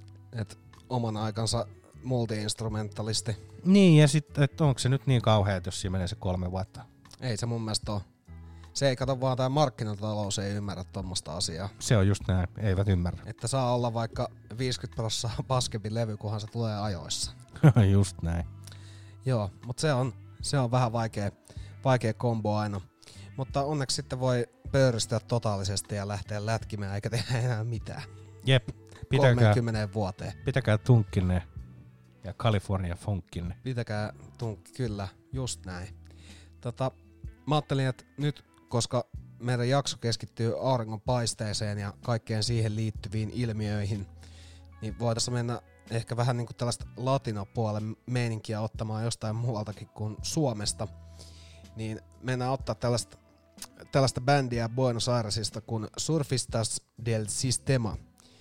Speaker 4: Et oman aikansa multi-instrumentalisti.
Speaker 5: Niin, ja sitten, että onko se nyt niin kauheat, jos siinä menee se kolme vuotta?
Speaker 4: Ei se mun mielestä ole. Se ei kato vaan, tää markkinatalous ei ymmärrä tommosta asiaa.
Speaker 5: Se on just näin, eivät ymmärrä.
Speaker 4: Että saa olla vaikka viisikymmentä prosenttia paskempi levy, kunhan se tulee ajoissa.
Speaker 5: Just näin.
Speaker 4: Joo, mutta se on, se on vähän vaikea, vaikea kombo aina. Mutta onneksi sitten voi pöyristyä totaalisesti ja lähteä lätkimään eikä tehdä enää mitään.
Speaker 5: Jep, pitäkää,
Speaker 4: kolmekymmentä vuoteen.
Speaker 5: Pitäkää tunkkinne ja California funkkinne.
Speaker 4: Pitäkää tunkki, kyllä, just näin. Tota, mä ajattelin, että nyt, koska meidän jakso keskittyy auringon paisteeseen ja kaikkeen siihen liittyviin ilmiöihin, niin voitaisiin mennä ehkä vähän niinku tällaista latinopuolen meininkiä ottamaan jostain muualtakin kuin Suomesta. Niin mennään ottaa tällaista, tällaista bändiä Buenos Airesista kuin Surfistas del Sistema.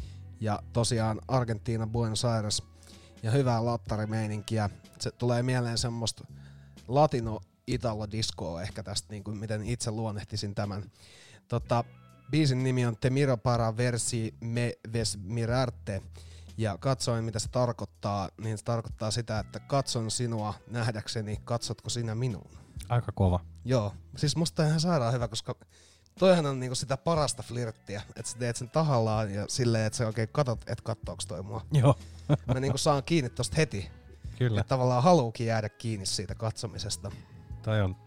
Speaker 4: Ja tosiaan Argentiina, Buenos Aires ja hyvää lattarimeininkiä. Se tulee mieleen semmoista latino Italo-diskoa ehkä tästä, niin kuin miten itse luonnehtisin tämän. Tota, biisin nimi on Te miro para versi me ves mirarte, ja katsoin mitä se tarkoittaa, niin se tarkoittaa sitä, että katson sinua nähdäkseni, katsotko sinä minuun.
Speaker 5: Aika kova.
Speaker 4: Joo, siis musta on ihan sairaan hyvä, koska toihan on niinku sitä parasta flirttiä, että sä teet sen tahallaan ja silleen, että sä oikein katot, et kattooks toi mua.
Speaker 5: Joo.
Speaker 4: Mä niinku saan kiinni tosta heti.
Speaker 5: Kyllä.
Speaker 4: Että tavallaan haluukin jäädä kiinni siitä katsomisesta.
Speaker 5: Toi on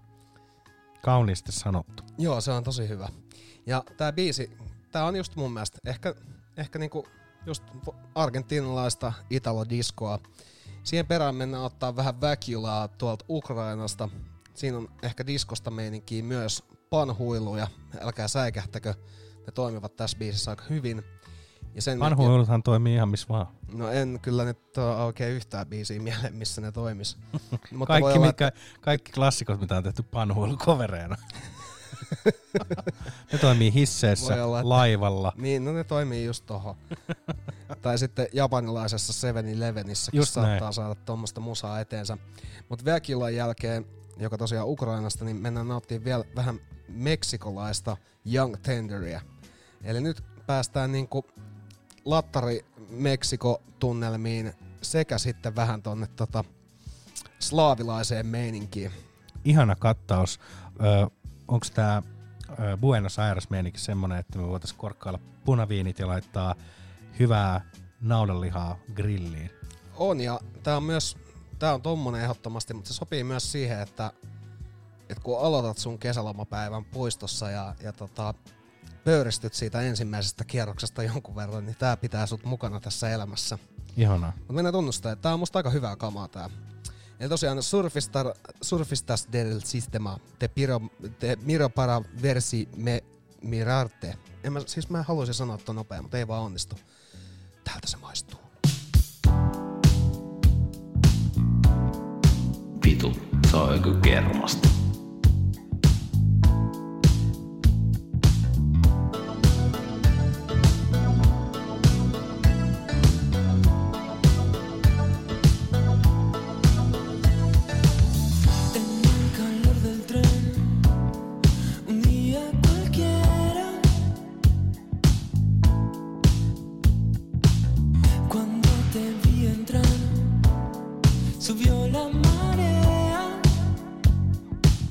Speaker 5: kauniisti sanottu.
Speaker 4: Joo, se on tosi hyvä. Ja tää biisi, tää on just mun mielestä ehkä, ehkä niinku just argentiinalaista italo-diskoa. Siihen perään mennään ottaa vähän väkiulaa tuolta Ukrainasta. Siinä on ehkä diskosta meininkiä myös panhuiluja. Älkää säikähtäkö, ne toimivat tässä biisissä aika hyvin. Ja sen
Speaker 5: panhuiluthan toimii ihan missä vaan.
Speaker 4: No en kyllä nyt ole oikein yhtään biisiä mieleen, missä ne toimis. Mutta
Speaker 5: kaikki,
Speaker 4: olla,
Speaker 5: mikä, kaikki klassikot, mitä on tehty panhuilukovereina. Ne toimii hisseissä, olla, laivalla.
Speaker 4: Niin, no ne toimii just tohon. Tai sitten japanilaisessa seven elevenissä saattaa näin saada tuommoista musaa eteensä. Mutta Väkilan jälkeen, joka tosiaan Ukrainasta, niin mennään nauttimaan vielä vähän meksikolaista Young Tenderia. Eli nyt päästään niinku lattari Meksiko-tunnelmiin sekä sitten vähän tonne tota slaavilaiseen meininkiin.
Speaker 5: Ihana kattaus. Öö, onko tää öö, Buenos Aires meininki semmonen, että me voitais korkkailla punaviinit ja laittaa hyvää naudanlihaa grilliin?
Speaker 4: On, ja tää on myös, tää on tommonen ehdottomasti, mutta se sopii myös siihen, että, että kun aloitat sun kesälomapäivän puistossa ja, ja tota, pöyristyt siitä ensimmäisestä kierroksesta jonkun verran, niin tää pitää sut mukana tässä elämässä.
Speaker 5: Ihanaa.
Speaker 4: Mutta mennään tunnustaa, että tää on musta aika hyvää kamaa tää. Eli tosiaan Surfistar, Surfistas del Sistema, te, piro, te miro para versi me mirarte. En mä, siis mä haluaisin sanoa ton nopea, mutta ei vaan onnistu. Täältä se maistuu.
Speaker 3: Vitu, se on joku kermasta.
Speaker 2: Subió la marea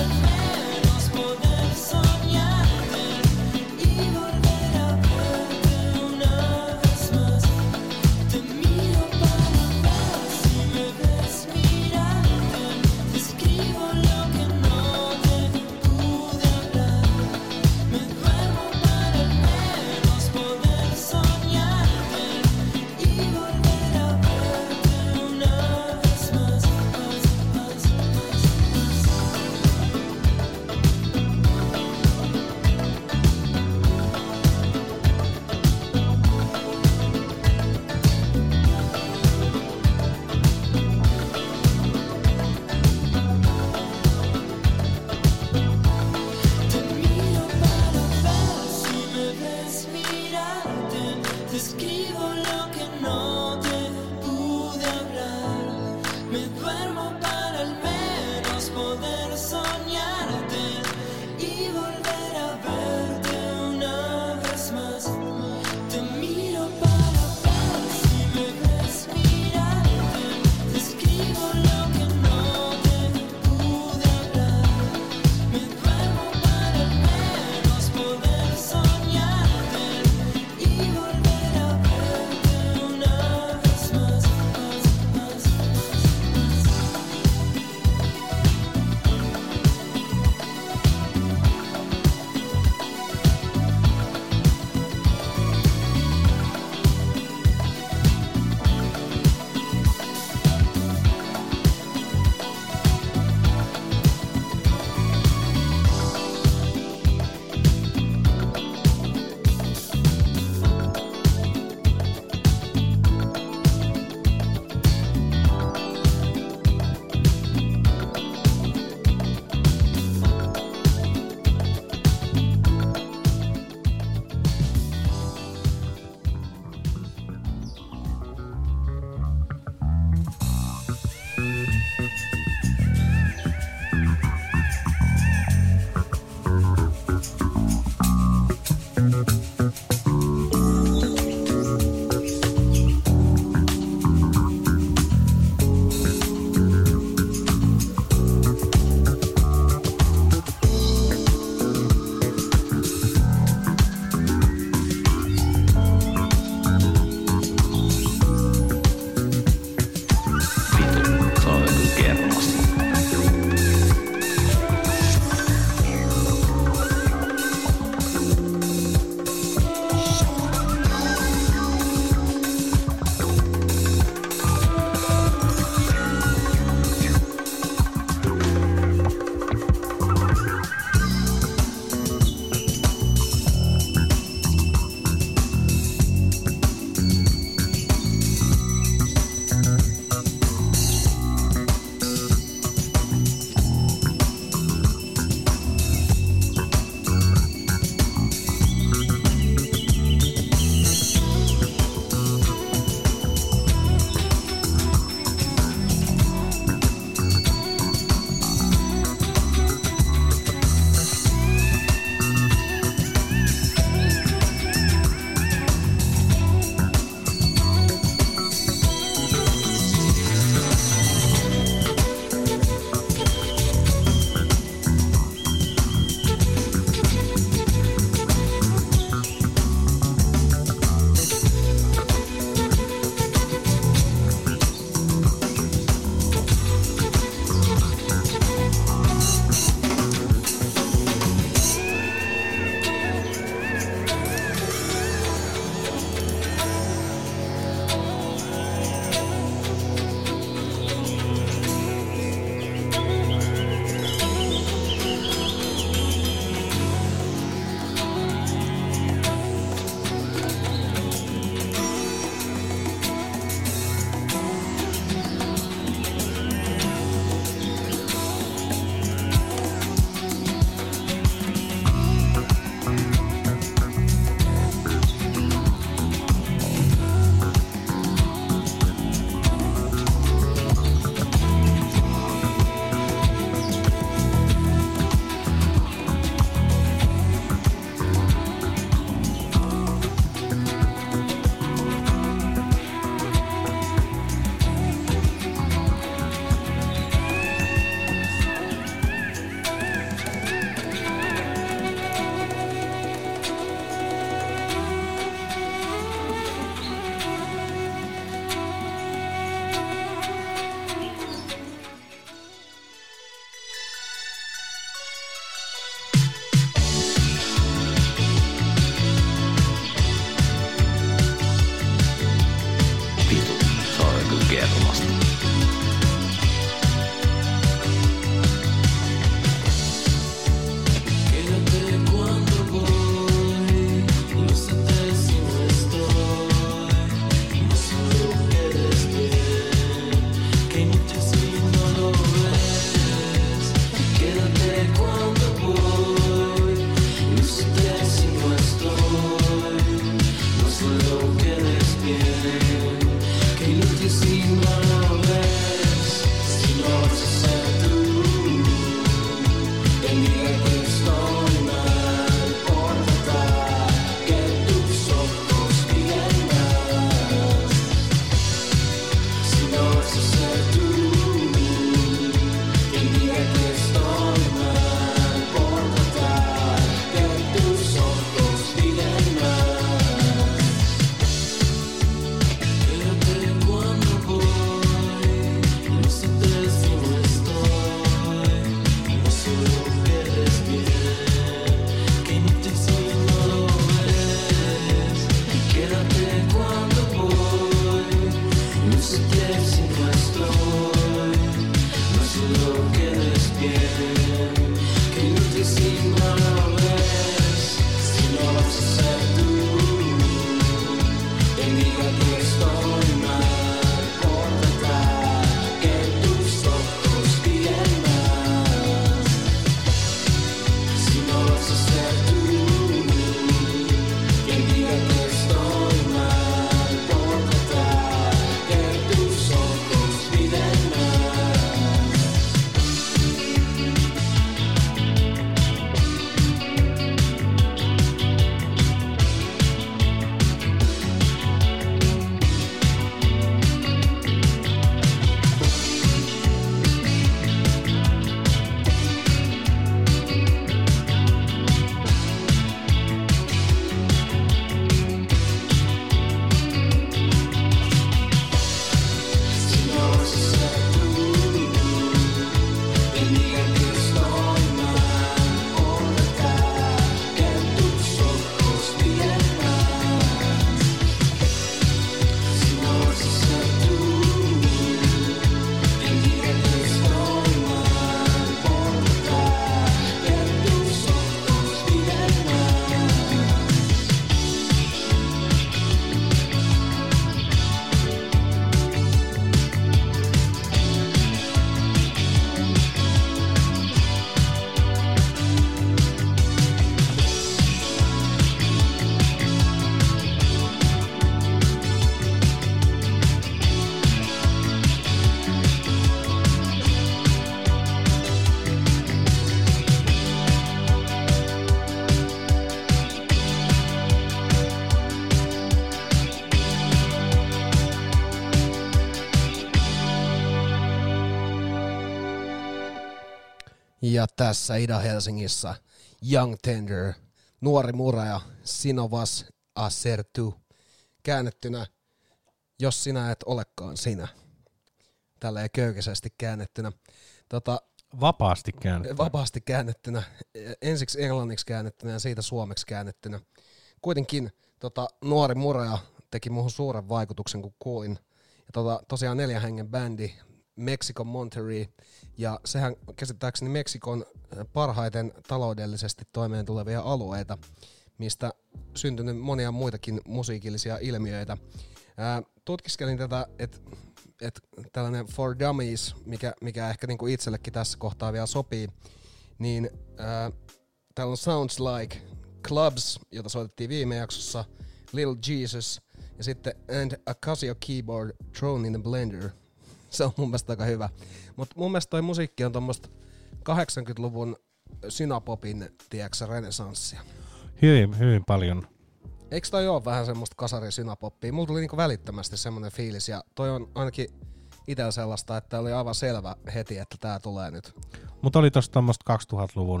Speaker 4: Ja tässä Ida-Helsingissä Young Tender, nuori muraja, Sinovas Asertu, käännettynä, jos sinä et olekaan sinä. Tälleen köykäisesti käännettynä. Tota,
Speaker 5: Vapaasti käännettynä.
Speaker 4: Vapaasti käännettynä. Ensiksi englanniksi käännettynä ja siitä suomeksi käännettynä. Kuitenkin tota, nuori muraja teki muuhun suuren vaikutuksen, kun kuulin. Ja tota, tosiaan neljän hengen bändi, Meksikon Monterey, ja sehän käsittääkseni Meksikon parhaiten taloudellisesti toimeen tulevia alueita, mistä syntynyt monia muitakin musiikillisia ilmiöitä. Ää, tutkiskelin tätä, että et tällainen For Dummies, mikä, mikä ehkä niinku itsellekin tässä kohtaa vielä sopii, niin ää, täällä on Sounds Like Clubs, jota soitettiin viime jaksossa, Little Jesus, ja sitten And a Casio Keyboard Thrown in a Blender. Se on mun mielestä aika hyvä. Mutta mun mielestä toi musiikki on tommoista kahdeksankymmentäluvun synapopin, tiedätkö, renesanssia.
Speaker 5: Hyvin, hyvin paljon.
Speaker 4: Eikö toi oo vähän semmoista kasari synapoppia? Mulla tuli niinku välittömästi semmonen fiilis, ja toi on ainakin itellä sellaista, että oli aivan selvä heti, että tää tulee nyt.
Speaker 5: Mutta oli tossa tommoista kaksituhattaluvun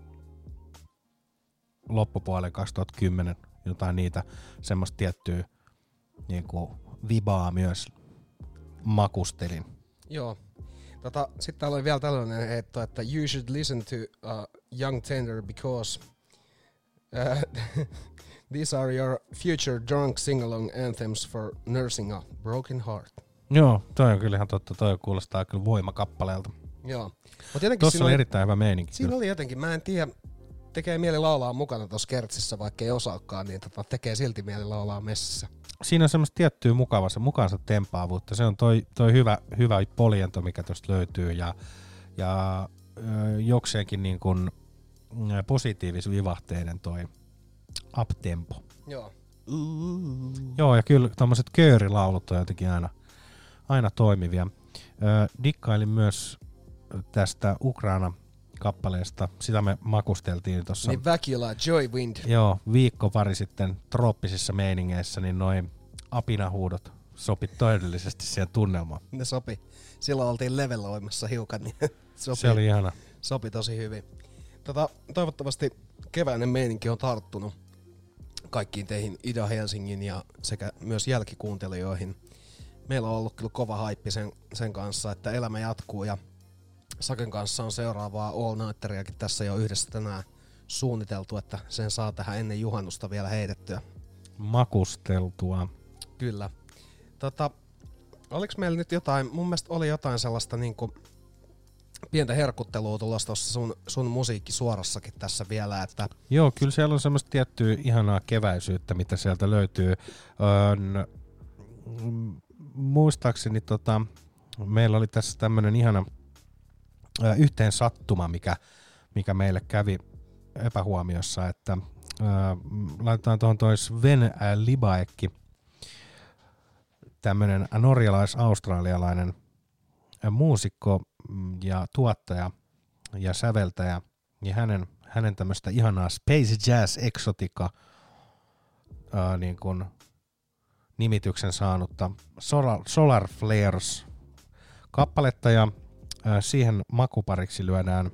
Speaker 5: loppupuolen kaksituhattakymmenen jotain niitä semmoista tiettyä niinku vibaa myös makustelin.
Speaker 4: Joo. Tota, sitten täällä oli vielä tällainen heitto, että you should listen to uh, Young Tender because uh, these are your future drunk sing-along anthems for nursing a broken heart.
Speaker 5: Joo, toi on kyllä ihan totta. Toi kuulostaa kyllä voimakappaleelta.
Speaker 4: Joo. Mut jotenkin
Speaker 5: Tuossa oli
Speaker 4: oli
Speaker 5: erittäin hyvä meininki.
Speaker 4: Siinä
Speaker 5: kyllä.
Speaker 4: oli jotenkin, mä en tiedä, tekee mieli laulaa mukana tuossa kertsissä, vaikka ei osaakaan, niin tota, tekee silti mieli laulaa messissä.
Speaker 5: Siinä on semmoista tiettyä mukavassa, mukaansa tempaavuutta. Se on toi, toi hyvä, hyvä poljento, mikä tuosta löytyy, ja, ja ö, jokseenkin niin kuin positiivis-vivahteinen toi uptempo.
Speaker 4: Joo.
Speaker 5: Joo, ja kyllä tommoset köörilaulut on jotenkin aina, aina toimivia. Ö, dikkailin myös tästä Ukraina-kappaleesta. Sitä me makusteltiin tuossa.
Speaker 4: Niin Väkilä, Joy Wind.
Speaker 5: Joo, viikko pari sitten trooppisissa meiningeissä, niin noin apinahuudot sopi todellisesti siihen tunnelmaan.
Speaker 4: Ne sopi. Silloin oltiin leveloimassa hiukan, niin sopi,
Speaker 5: Se oli ihana.
Speaker 4: Sopi tosi hyvin. Tota, toivottavasti keväinen meininki on tarttunut kaikkiin teihin Ida-Helsingin ja sekä myös jälkikuuntelijoihin. Meillä on ollut kyllä kova haippi sen, sen kanssa, että elämä jatkuu, ja Saken kanssa on seuraavaa all-nighteriakin tässä jo yhdessä tänään suunniteltu, että sen saa tähän ennen juhannusta vielä heitettyä.
Speaker 5: Makusteltua.
Speaker 4: Kyllä. Tota, oliks meillä nyt jotain, mun mielestä oli jotain sellaista niinku pientä herkuttelua tulossa tuossa sun, sun musiikkisuorassakin tässä vielä, että
Speaker 5: Joo, kyllä siellä on semmoista tiettyä ihanaa keväisyyttä, mitä sieltä löytyy. Öön, muistaakseni tota, meillä oli tässä tämmönen ihana ö, yhteen sattuma, mikä, mikä meille kävi epähuomiossa, että ö, laitetaan tuohon toi Sven Libaekki, tämmönen norjalais-australialainen muusikko ja tuottaja ja säveltäjä, ja hänen, hänen tämmöistä ihanaa Space Jazz Exotica ää, niin kuin nimityksen saanutta Solar, Solar Flares kappaletta, ja ää, siihen makupariksi lyödään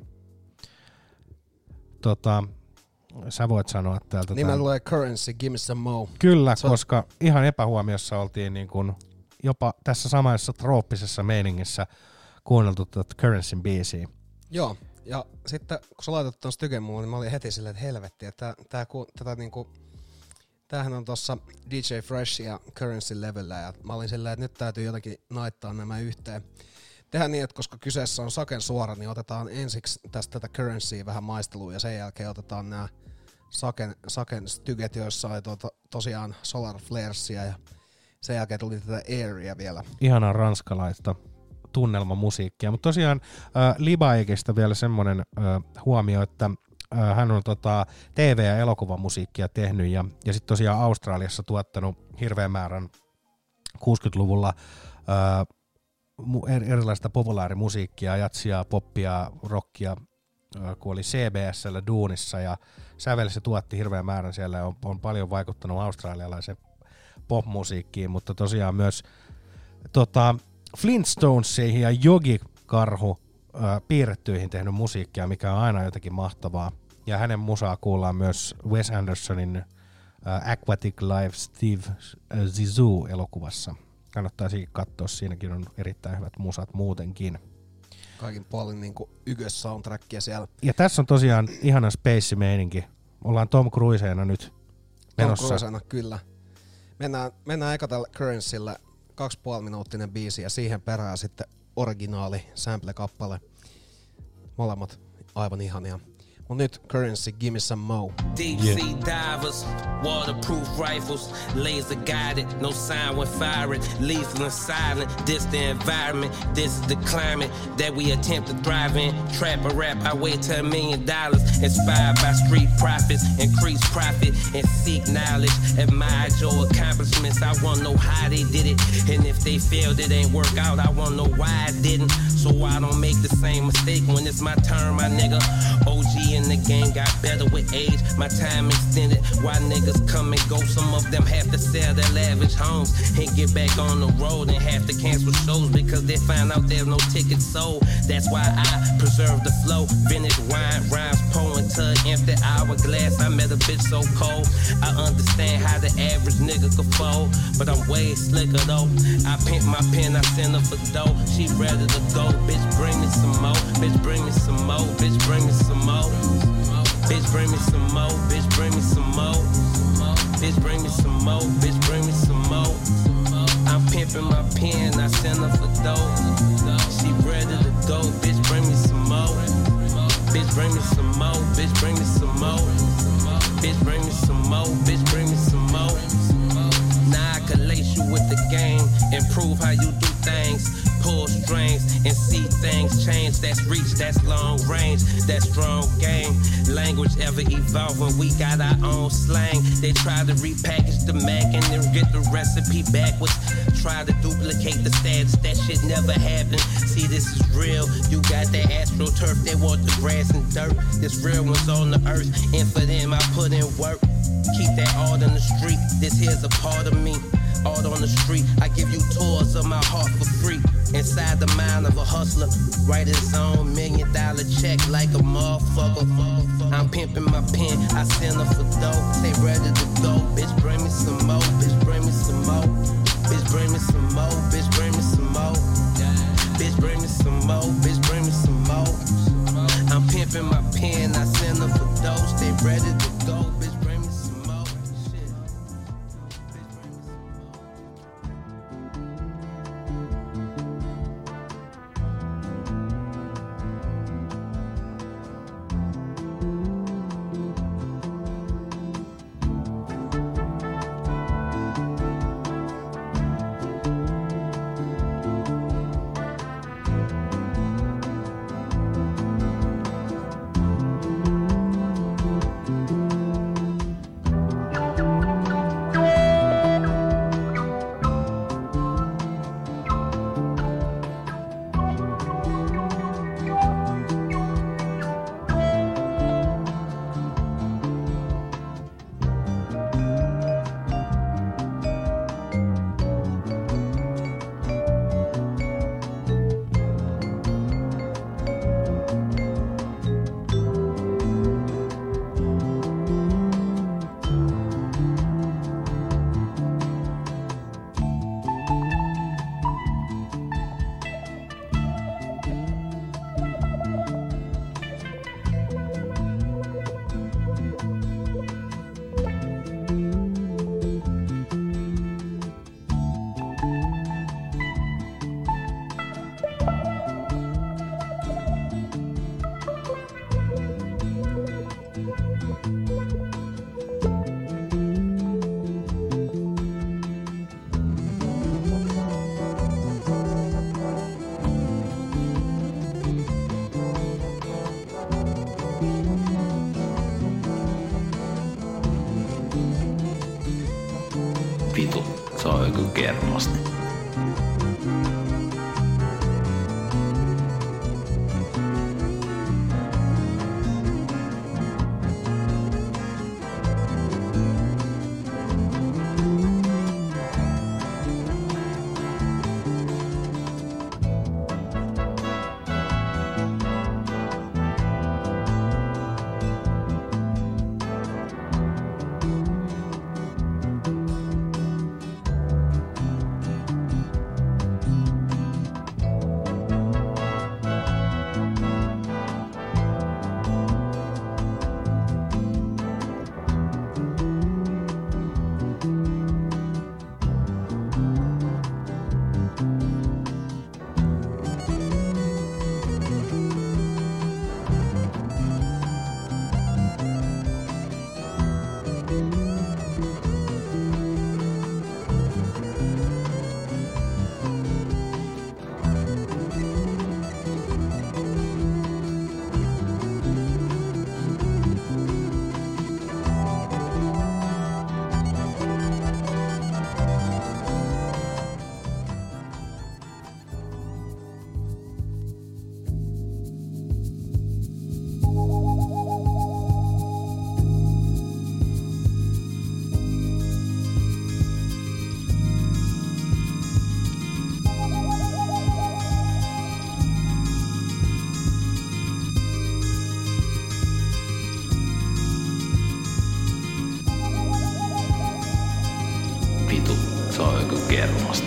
Speaker 5: tota, sä voit sanoa täältä.
Speaker 4: Nimellä tulee Currency, Give Me Some More.
Speaker 5: Kyllä,
Speaker 4: Se on-
Speaker 5: koska ihan epähuomiossa oltiin niin kuin jopa tässä samassa trooppisessa meiningissä kuunneltu tuota Currencyn biisiä.
Speaker 4: Joo, ja sitten kun sä laitat ton stygen muun, niin mä olin heti silleen, että helvetti, että tää, tää, ku- tätä niinku, tämähän on tossa D J Fresh ja Currency levyllä, ja mä olin silleen, että nyt täytyy jotenkin naittaa nämä yhteen. Tehdään niin, että koska kyseessä on Saken suora, niin otetaan ensiksi tästä tätä Currencyä vähän maisteluun, ja sen jälkeen otetaan nämä Saken, Saken styget, joissa oli tuota, tosiaan Solar Flaresia, ja sen jälkeen tuli tätä Airia vielä.
Speaker 5: Ihanaa ranskalaista tunnelmamusiikkia. Mutta tosiaan äh, Libaekista vielä semmoinen äh, huomio, että äh, hän on tota, T V- ja elokuvamusiikkia tehnyt, ja, ja sitten tosiaan Australiassa tuottanut hirveän määrän kuusikymmentäluvulla äh, mu- er- erilaista populaarimusiikkia, jatsia, poppia, rockia, äh, kun oli C B S:llä duunissa, ja sävelsi tuotti hirveän määrän siellä, ja on, on paljon vaikuttanut australialaisen popmusiikkiin, mutta tosiaan myös tota, Flintstoneseihin ja Jogi-karhu äh, piirrettyihin tehnyt musiikkia, mikä on aina jotenkin mahtavaa. Ja hänen musaa kuullaan myös Wes Andersonin äh, Aquatic Life Steve äh, Zissou-elokuvassa. Kannattaa siihenkin katsoa, siinäkin on erittäin hyvät musat muutenkin.
Speaker 4: Kaikin puolin niinku ykkös-soundtrackia siellä.
Speaker 5: Ja tässä on tosiaan ihana space-meininki. Ollaan Tom Cruiseena nyt menossa.
Speaker 4: Tom Cruiseena, kyllä. Mennään, mennään eka tällä Currencyllä kaksi puoli minuuttinen biisi ja siihen perään sitten originaali sample-kappale. Molemmat aivan ihania. Mut nyt Currency, Gimme Some Mo.
Speaker 17: Deep
Speaker 5: Yeah.
Speaker 17: sea divers, waterproof rifles, laser guided, no sign when firing, lethal and silent. This the environment, this is the climate that we attempt to thrive in. Trap and rap, I wait to a million dollars. Inspired by street profits, increase profit and seek knowledge. Admire your accomplishments, I wanna know how they did it. And if they failed, it ain't work out, I wanna know why it didn't. So I don't make the same mistake when it's my turn, my nigga. O G in the game got better with age, my time extended. Why niggas come and go, some of them have to sell their lavish homes and get back on the road and have to cancel shows because they find out there's no tickets sold. That's why I preserve the flow, vintage wine, rhymes pouring to an empty hourglass. I met a bitch so cold, I understand how the average nigga could fold, but I'm way slicker though. I pimp my pen, I send her for dough, she ready to go. Bitch, bring me some more, bitch, bring me some more, bitch, bring me some more. Bitch, bring me some more, bitch, bring me some more. Bitch, bring me some more, bitch, bring me some more. I'm pimping my pen, I send her for dough. She ready to go, bitch, bring me some more. Bitch, bring me some more, bitch, bring me some more. Bitch, bring me some more, bitch, bring me some more. Now I can lace you with the game, improve how you do things. Pull strings and see things change. That's reach, that's long range, that's strong game. Language ever evolving, we got our own slang. They try to repackage the Mac and then get the recipe backwards. Try to duplicate the status, that shit never happened. See, this is real, you got that astroturf, they want the grass and dirt. This real one's on the earth, and for them I put in work. Keep that art in the street, this here's a part of me. Art on the street, I give you tours of my heart for free. Inside the mind of a hustler, write his own million dollar check like a motherfucker. I'm pimping my pen, I send her for dough. They ready to go, bitch, bring me some more, bitch, bring me some more. Bitch, bring me some more, bitch, bring me some more. Bitch, bring me some more, bitch, bring me some more. I'm pimping my pen, I send her for dough. They ready to go, bitch, bring me some more. Shit.
Speaker 3: Vitu, se on joku kermasta. saa joku kermasta.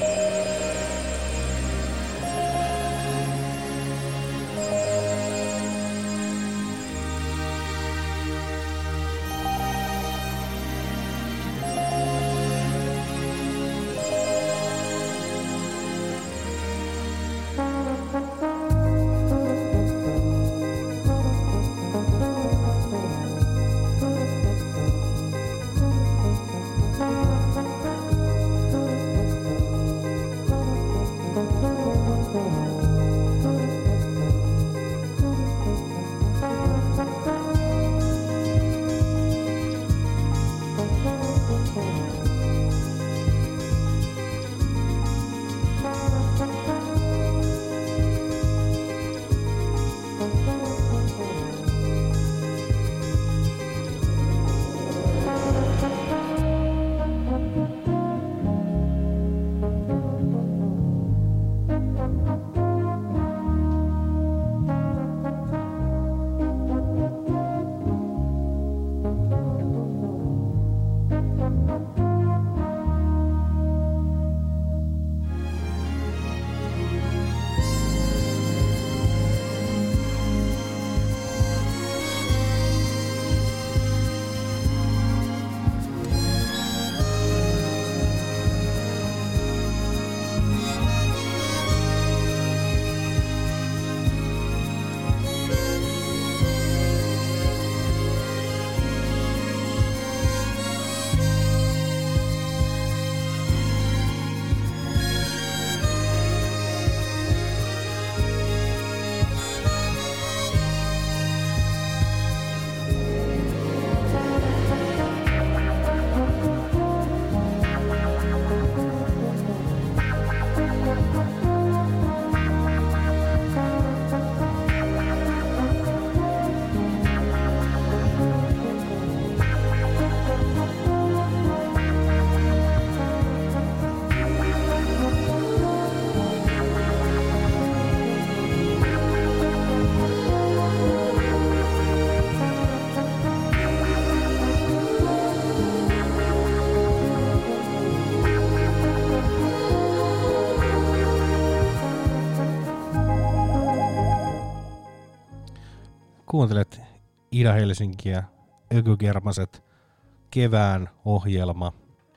Speaker 5: Kuuntelet Ida-Helsinkiä, Ökygermaset, kevään ohjelma.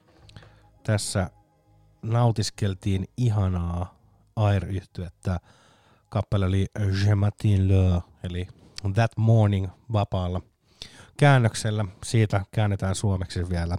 Speaker 5: Tässä nautiskeltiin ihanaa Air-yhtyettä. Kappale oli Je matin le, eli That Morning vapaalla käännöksellä. Siitä käännetään suomeksi vielä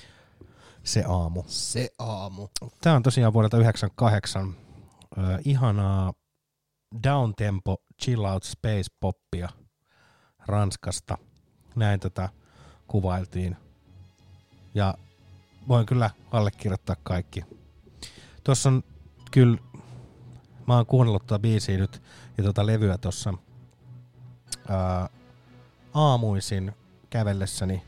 Speaker 5: Se aamu.
Speaker 4: Se aamu.
Speaker 5: Tämä on tosiaan vuodelta yhdeksänkymmentäkahdeksan äh, ihanaa downtempo chill out space poppia Ranskasta. Näin tätä kuvailtiin. Ja voin kyllä allekirjoittaa kaikki. Tuossa on kyllä, mä oon kuunnellut tuota biisiä nyt ja tuota levyä tuossa ää, aamuisin kävellessäni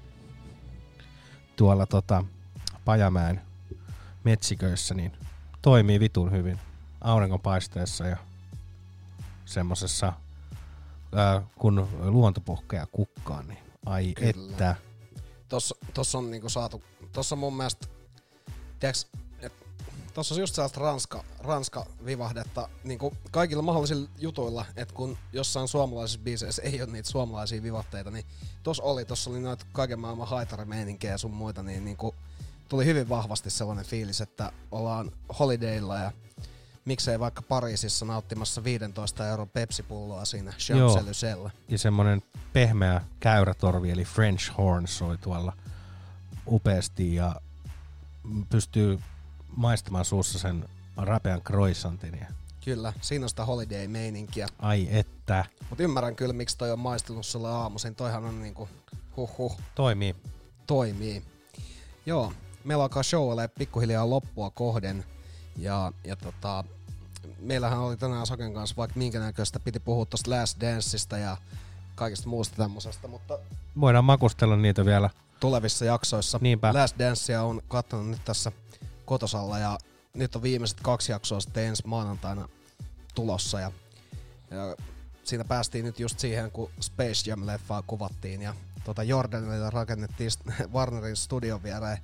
Speaker 5: tuolla tota Pajamäen metsiköissä, niin toimii vitun hyvin auringonpaisteessa ja semmosessa ää, kun luonto puhkeaa kukkaan, niin ai
Speaker 4: Kyllä.
Speaker 5: että.
Speaker 4: Tossa, tossa on niinku saatu, tossa on mun mielestä, tiiäks, et, tossa on just sellaista ranska, ranska vivahdetta niinku kaikilla mahdollisilla jutuilla, että kun jossain suomalaisissa biiseissä ei ole niitä suomalaisia vivahteita, niin tossa oli, tossa oli noita kaiken maailman haitarimeininkiä ja sun muita, niin niinku tuli hyvin vahvasti sellainen fiilis, että ollaan holidaylla ja miksei vaikka Pariisissa nauttimassa viisitoista euron Pepsi-pulloa siinä Champs-Élysées.
Speaker 5: Ja semmonen pehmeä käyrätorvi eli French horn soi tuolla upeasti ja pystyy maistamaan suussa sen rapean croissantin. Ja
Speaker 4: Kyllä, siinä on sitä holiday-meininkiä.
Speaker 5: ai että.
Speaker 4: Mut ymmärrän kyllä, miksi toi on maistunut sulle aamuisin. Toihan on niinku huh huh.
Speaker 5: Toimii.
Speaker 4: Toimii. Joo, meillä alkaa show olemaan pikkuhiljaa loppua kohden. Ja, ja tota, meillähän oli tänään Saken kanssa vaikka minkä näköistä, piti puhua tosta Last Danceista ja kaikesta muusta tämmöisestä, mutta
Speaker 5: voidaan makustella niitä vielä
Speaker 4: tulevissa jaksoissa.
Speaker 5: Niinpä.
Speaker 4: Last Dancea on katsonut nyt tässä kotosalla ja nyt on viimeiset kaksi jaksoa sitten ensi maanantaina tulossa ja, ja siinä päästiin nyt just siihen, kun Space Jam-leffaa kuvattiin ja tota Jordanilla rakennettiin Warnerin studion viereen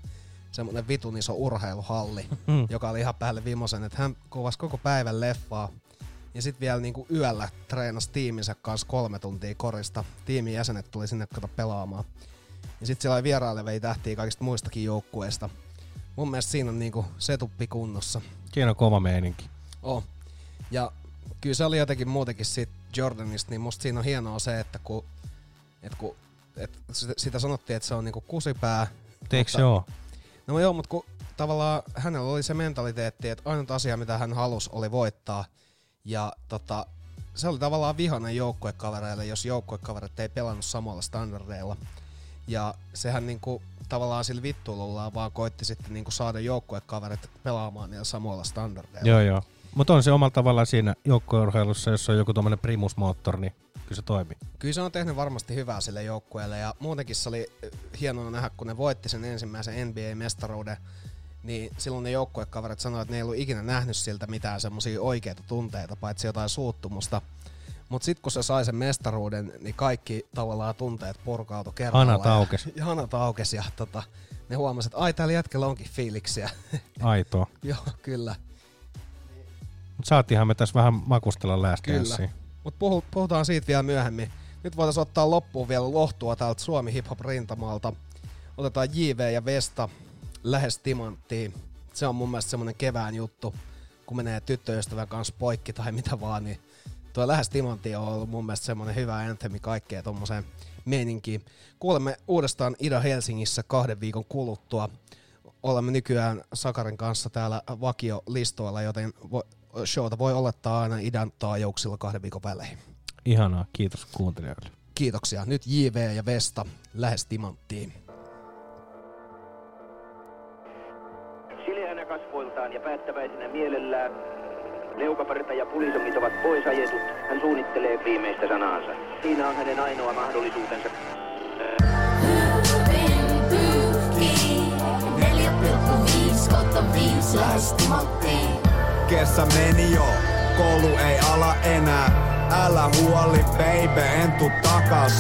Speaker 4: semmonen vitun iso urheiluhalli,
Speaker 5: Mm.
Speaker 4: joka oli ihan päälle vimosen, että hän kuvasi koko päivän leffaa. Ja sit vielä niinku yöllä treenasi tiiminsä kanssa kolme tuntia korista. Tiimin jäsenet tuli sinne kato pelaamaan. Ja sit siellä oli vierailevia tähtiä kaikista muistakin joukkueista. Mun mielestä siinä on niinku setuppi kunnossa.
Speaker 5: Siinä on kova meininki.
Speaker 4: Oh. Ja kyllä se oli jotenkin muutenkin siitä Jordanista, niin musta siinä on hienoa se, että kun, et kun et sitä sanottiin, että se on niinku kusipää.
Speaker 5: Eikö se oo?
Speaker 4: No joo, mutta kun tavallaan hänellä oli se mentaliteetti, että ainut asia, mitä hän halusi, oli voittaa. Ja tota, se oli tavallaan vihainen joukkuekavereille, jos joukkuekaverit ei pelannut samalla standardeilla. Ja sehän niinku tavallaan sillä vittuilullaan vaan koitti sitten niinku saada joukkuekaverit pelaamaan niillä samoilla standardeilla.
Speaker 5: Joo, joo. Mutta on se omalla tavallaan siinä joukkueurheilussa, jos on joku tommonen primusmoottori, niin kyllä se toimii.
Speaker 4: Kyllä se on tehnyt varmasti hyvää sille joukkueelle ja muutenkin se oli hienoa nähdä, kun ne voitti sen ensimmäisen N B A-mestaruuden, niin silloin ne joukkuekaverit sanoivat, että ne ei ollut ikinä nähnyt siltä mitään semmosia oikeita tunteita, paitsi jotain suuttumusta. Mut sit kun se sai sen mestaruuden, niin kaikki tavallaan tunteet purkautui kerralla.
Speaker 5: Hanat aukes.
Speaker 4: Ja, hanat aukes ja tota, ne huomasivat, että ai täällä jätkellä onkin fiiliksiä.
Speaker 5: Aitoa.
Speaker 4: Joo, kyllä.
Speaker 5: Mut saatiinhan me tässä vähän makustella Last
Speaker 4: Kyllä.
Speaker 5: Dancea.
Speaker 4: Mut puhu, puhutaan siitä vielä myöhemmin. Nyt voitaisiin ottaa loppuun vielä lohtua täältä Suomi Hip Hop rintamalta. Otetaan J V ja Vesta lähes timanttiin. Se on mun mielestä semmonen kevään juttu, kun menee tyttöystävän kanssa poikki tai mitä vaan, niin tuo lähes timantti on ollut mun mielestä semmonen hyvä anthemi kaikkea tommoseen meininkiin. Kuulemme uudestaan Ida Helsingissä kahden viikon kuluttua. Olemme nykyään Sakarin kanssa täällä vakiolistoilla, joten vo- showta voi olettaa aina Idan taajuuksilla kahden viikon välein.
Speaker 5: Ihanaa, kiitos kuuntelijoille.
Speaker 4: Kiitoksia. Nyt J V ja Vesta lähes timanttiin.
Speaker 18: Sileänä kasvoiltaan ja päättäväisenä mielellään, leukaparta ja pulisomit ovat pois ajetut. Hän suunnittelee viimeistä sanaansa. Siinä on hänen ainoa mahdollisuutensa.
Speaker 19: neljä pilkku viisi kautta viisi lähes timanttiin.
Speaker 9: Kesä meni jo, koulu ei ala enää. Älä huoli, baby, en tuu takas.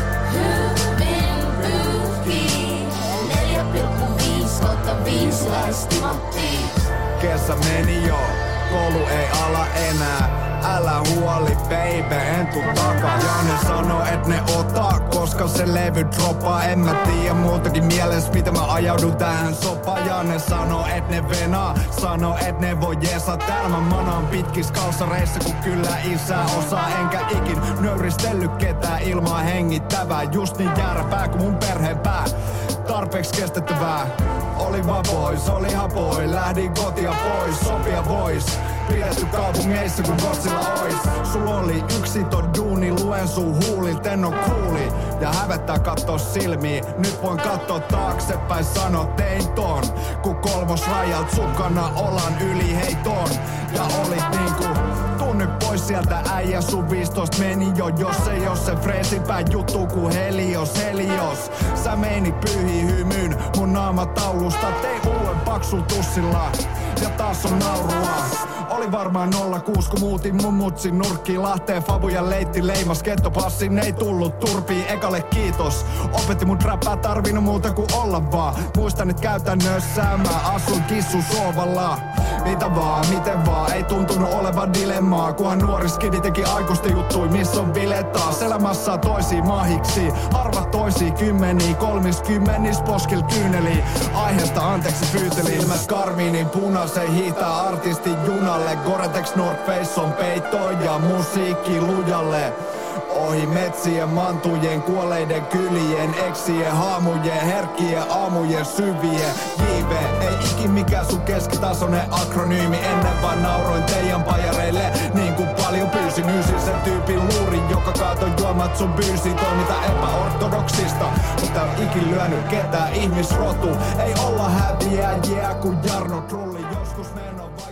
Speaker 19: Hyvin pyyhkii. neljä pilkku viisi kautta viisi lähes timanttiin.
Speaker 9: Kesä meni jo, koulu ei ala enää. Älä huoli, baby, en tuu takas. Ja ne sano, et ne ota, koska se levy droppaa. En mä tiedä muutakin mielessä, mitä mä ajaudun tähän sopaan. Ja ne sano, et ne venaa, sano, et ne voi jeesa. Täällä mä manaan pitkis kalsareissa, kun kyllä isä osaa. Enkä ikin nöyristellyt ketään ilman hengittävää. Just niin järpää kuin mun perheen pää. Tarpeeksi kestettävää. Oli vaan pois, oli ihan pois. Lähdin kotia pois, sopia vois. Pidetty kaupungeissa kun Godzilla ois. Sul oli yksi ton duuni, luen sun huulilt, en oo kuuli. Ja hävettää kattoo silmiin, nyt voin kattoo taaksepäin, sano tein ton. Kun kolmos rajalt sukana olan yli heiton. Ja olit niinku, tuu nyt pois sieltä äijä, sun viisitoista meni jo. Jos ei oo se freesipää juttu ku Helios, Helios. Sä meinit pyyhi hymyn mun naamataulusta, tein uuden paksul tussilla. Ja taas on naurua. Oli varmaan nolla kuusi, kun muutin mun mutsin nurkkiin Lahteen. Fabuja leitti leimas kettopassin, ei tullut turpiin, ekalle kiitos. Opetti mun räppää, tarvinnut muuta kuin olla vaan. Muistan, et käytännössä mä asun kissun soovalla. Mitä vaan, miten vaan, ei tuntunut olevan dilemmaa. Kunhan nuori skidi teki aikuisten juttui, missä on bileet taas. Elämässä toisiin mahiksi, harvat toisiin kymmeniä. Kolmiskymmenis poskil kyyneli, aiheesta anteeksi pyyteli. Ilmät karmiinin punaisen hiihtää artistin junalle. Gore-Tex North Face on peitto ja musiikki lujalle. Ohi metsien, mantujen, kuolleiden kylien, eksien, haamujen, herkkien, aamujen, syvien. J V, ei ikin mikään sun keskitasoinen akronyymi. Ennen vaan nauroin teidän pajareille, niin kuin paljon pyysin. Ysin sen tyypin luurin, joka kaatoi juomat sun byysiin. Toiminta epäortodoksista, mutta en ikin lyönyt ketään ihmisrotu. Ei olla häviäjiä kuin Jarno Trulli, joskus meno vai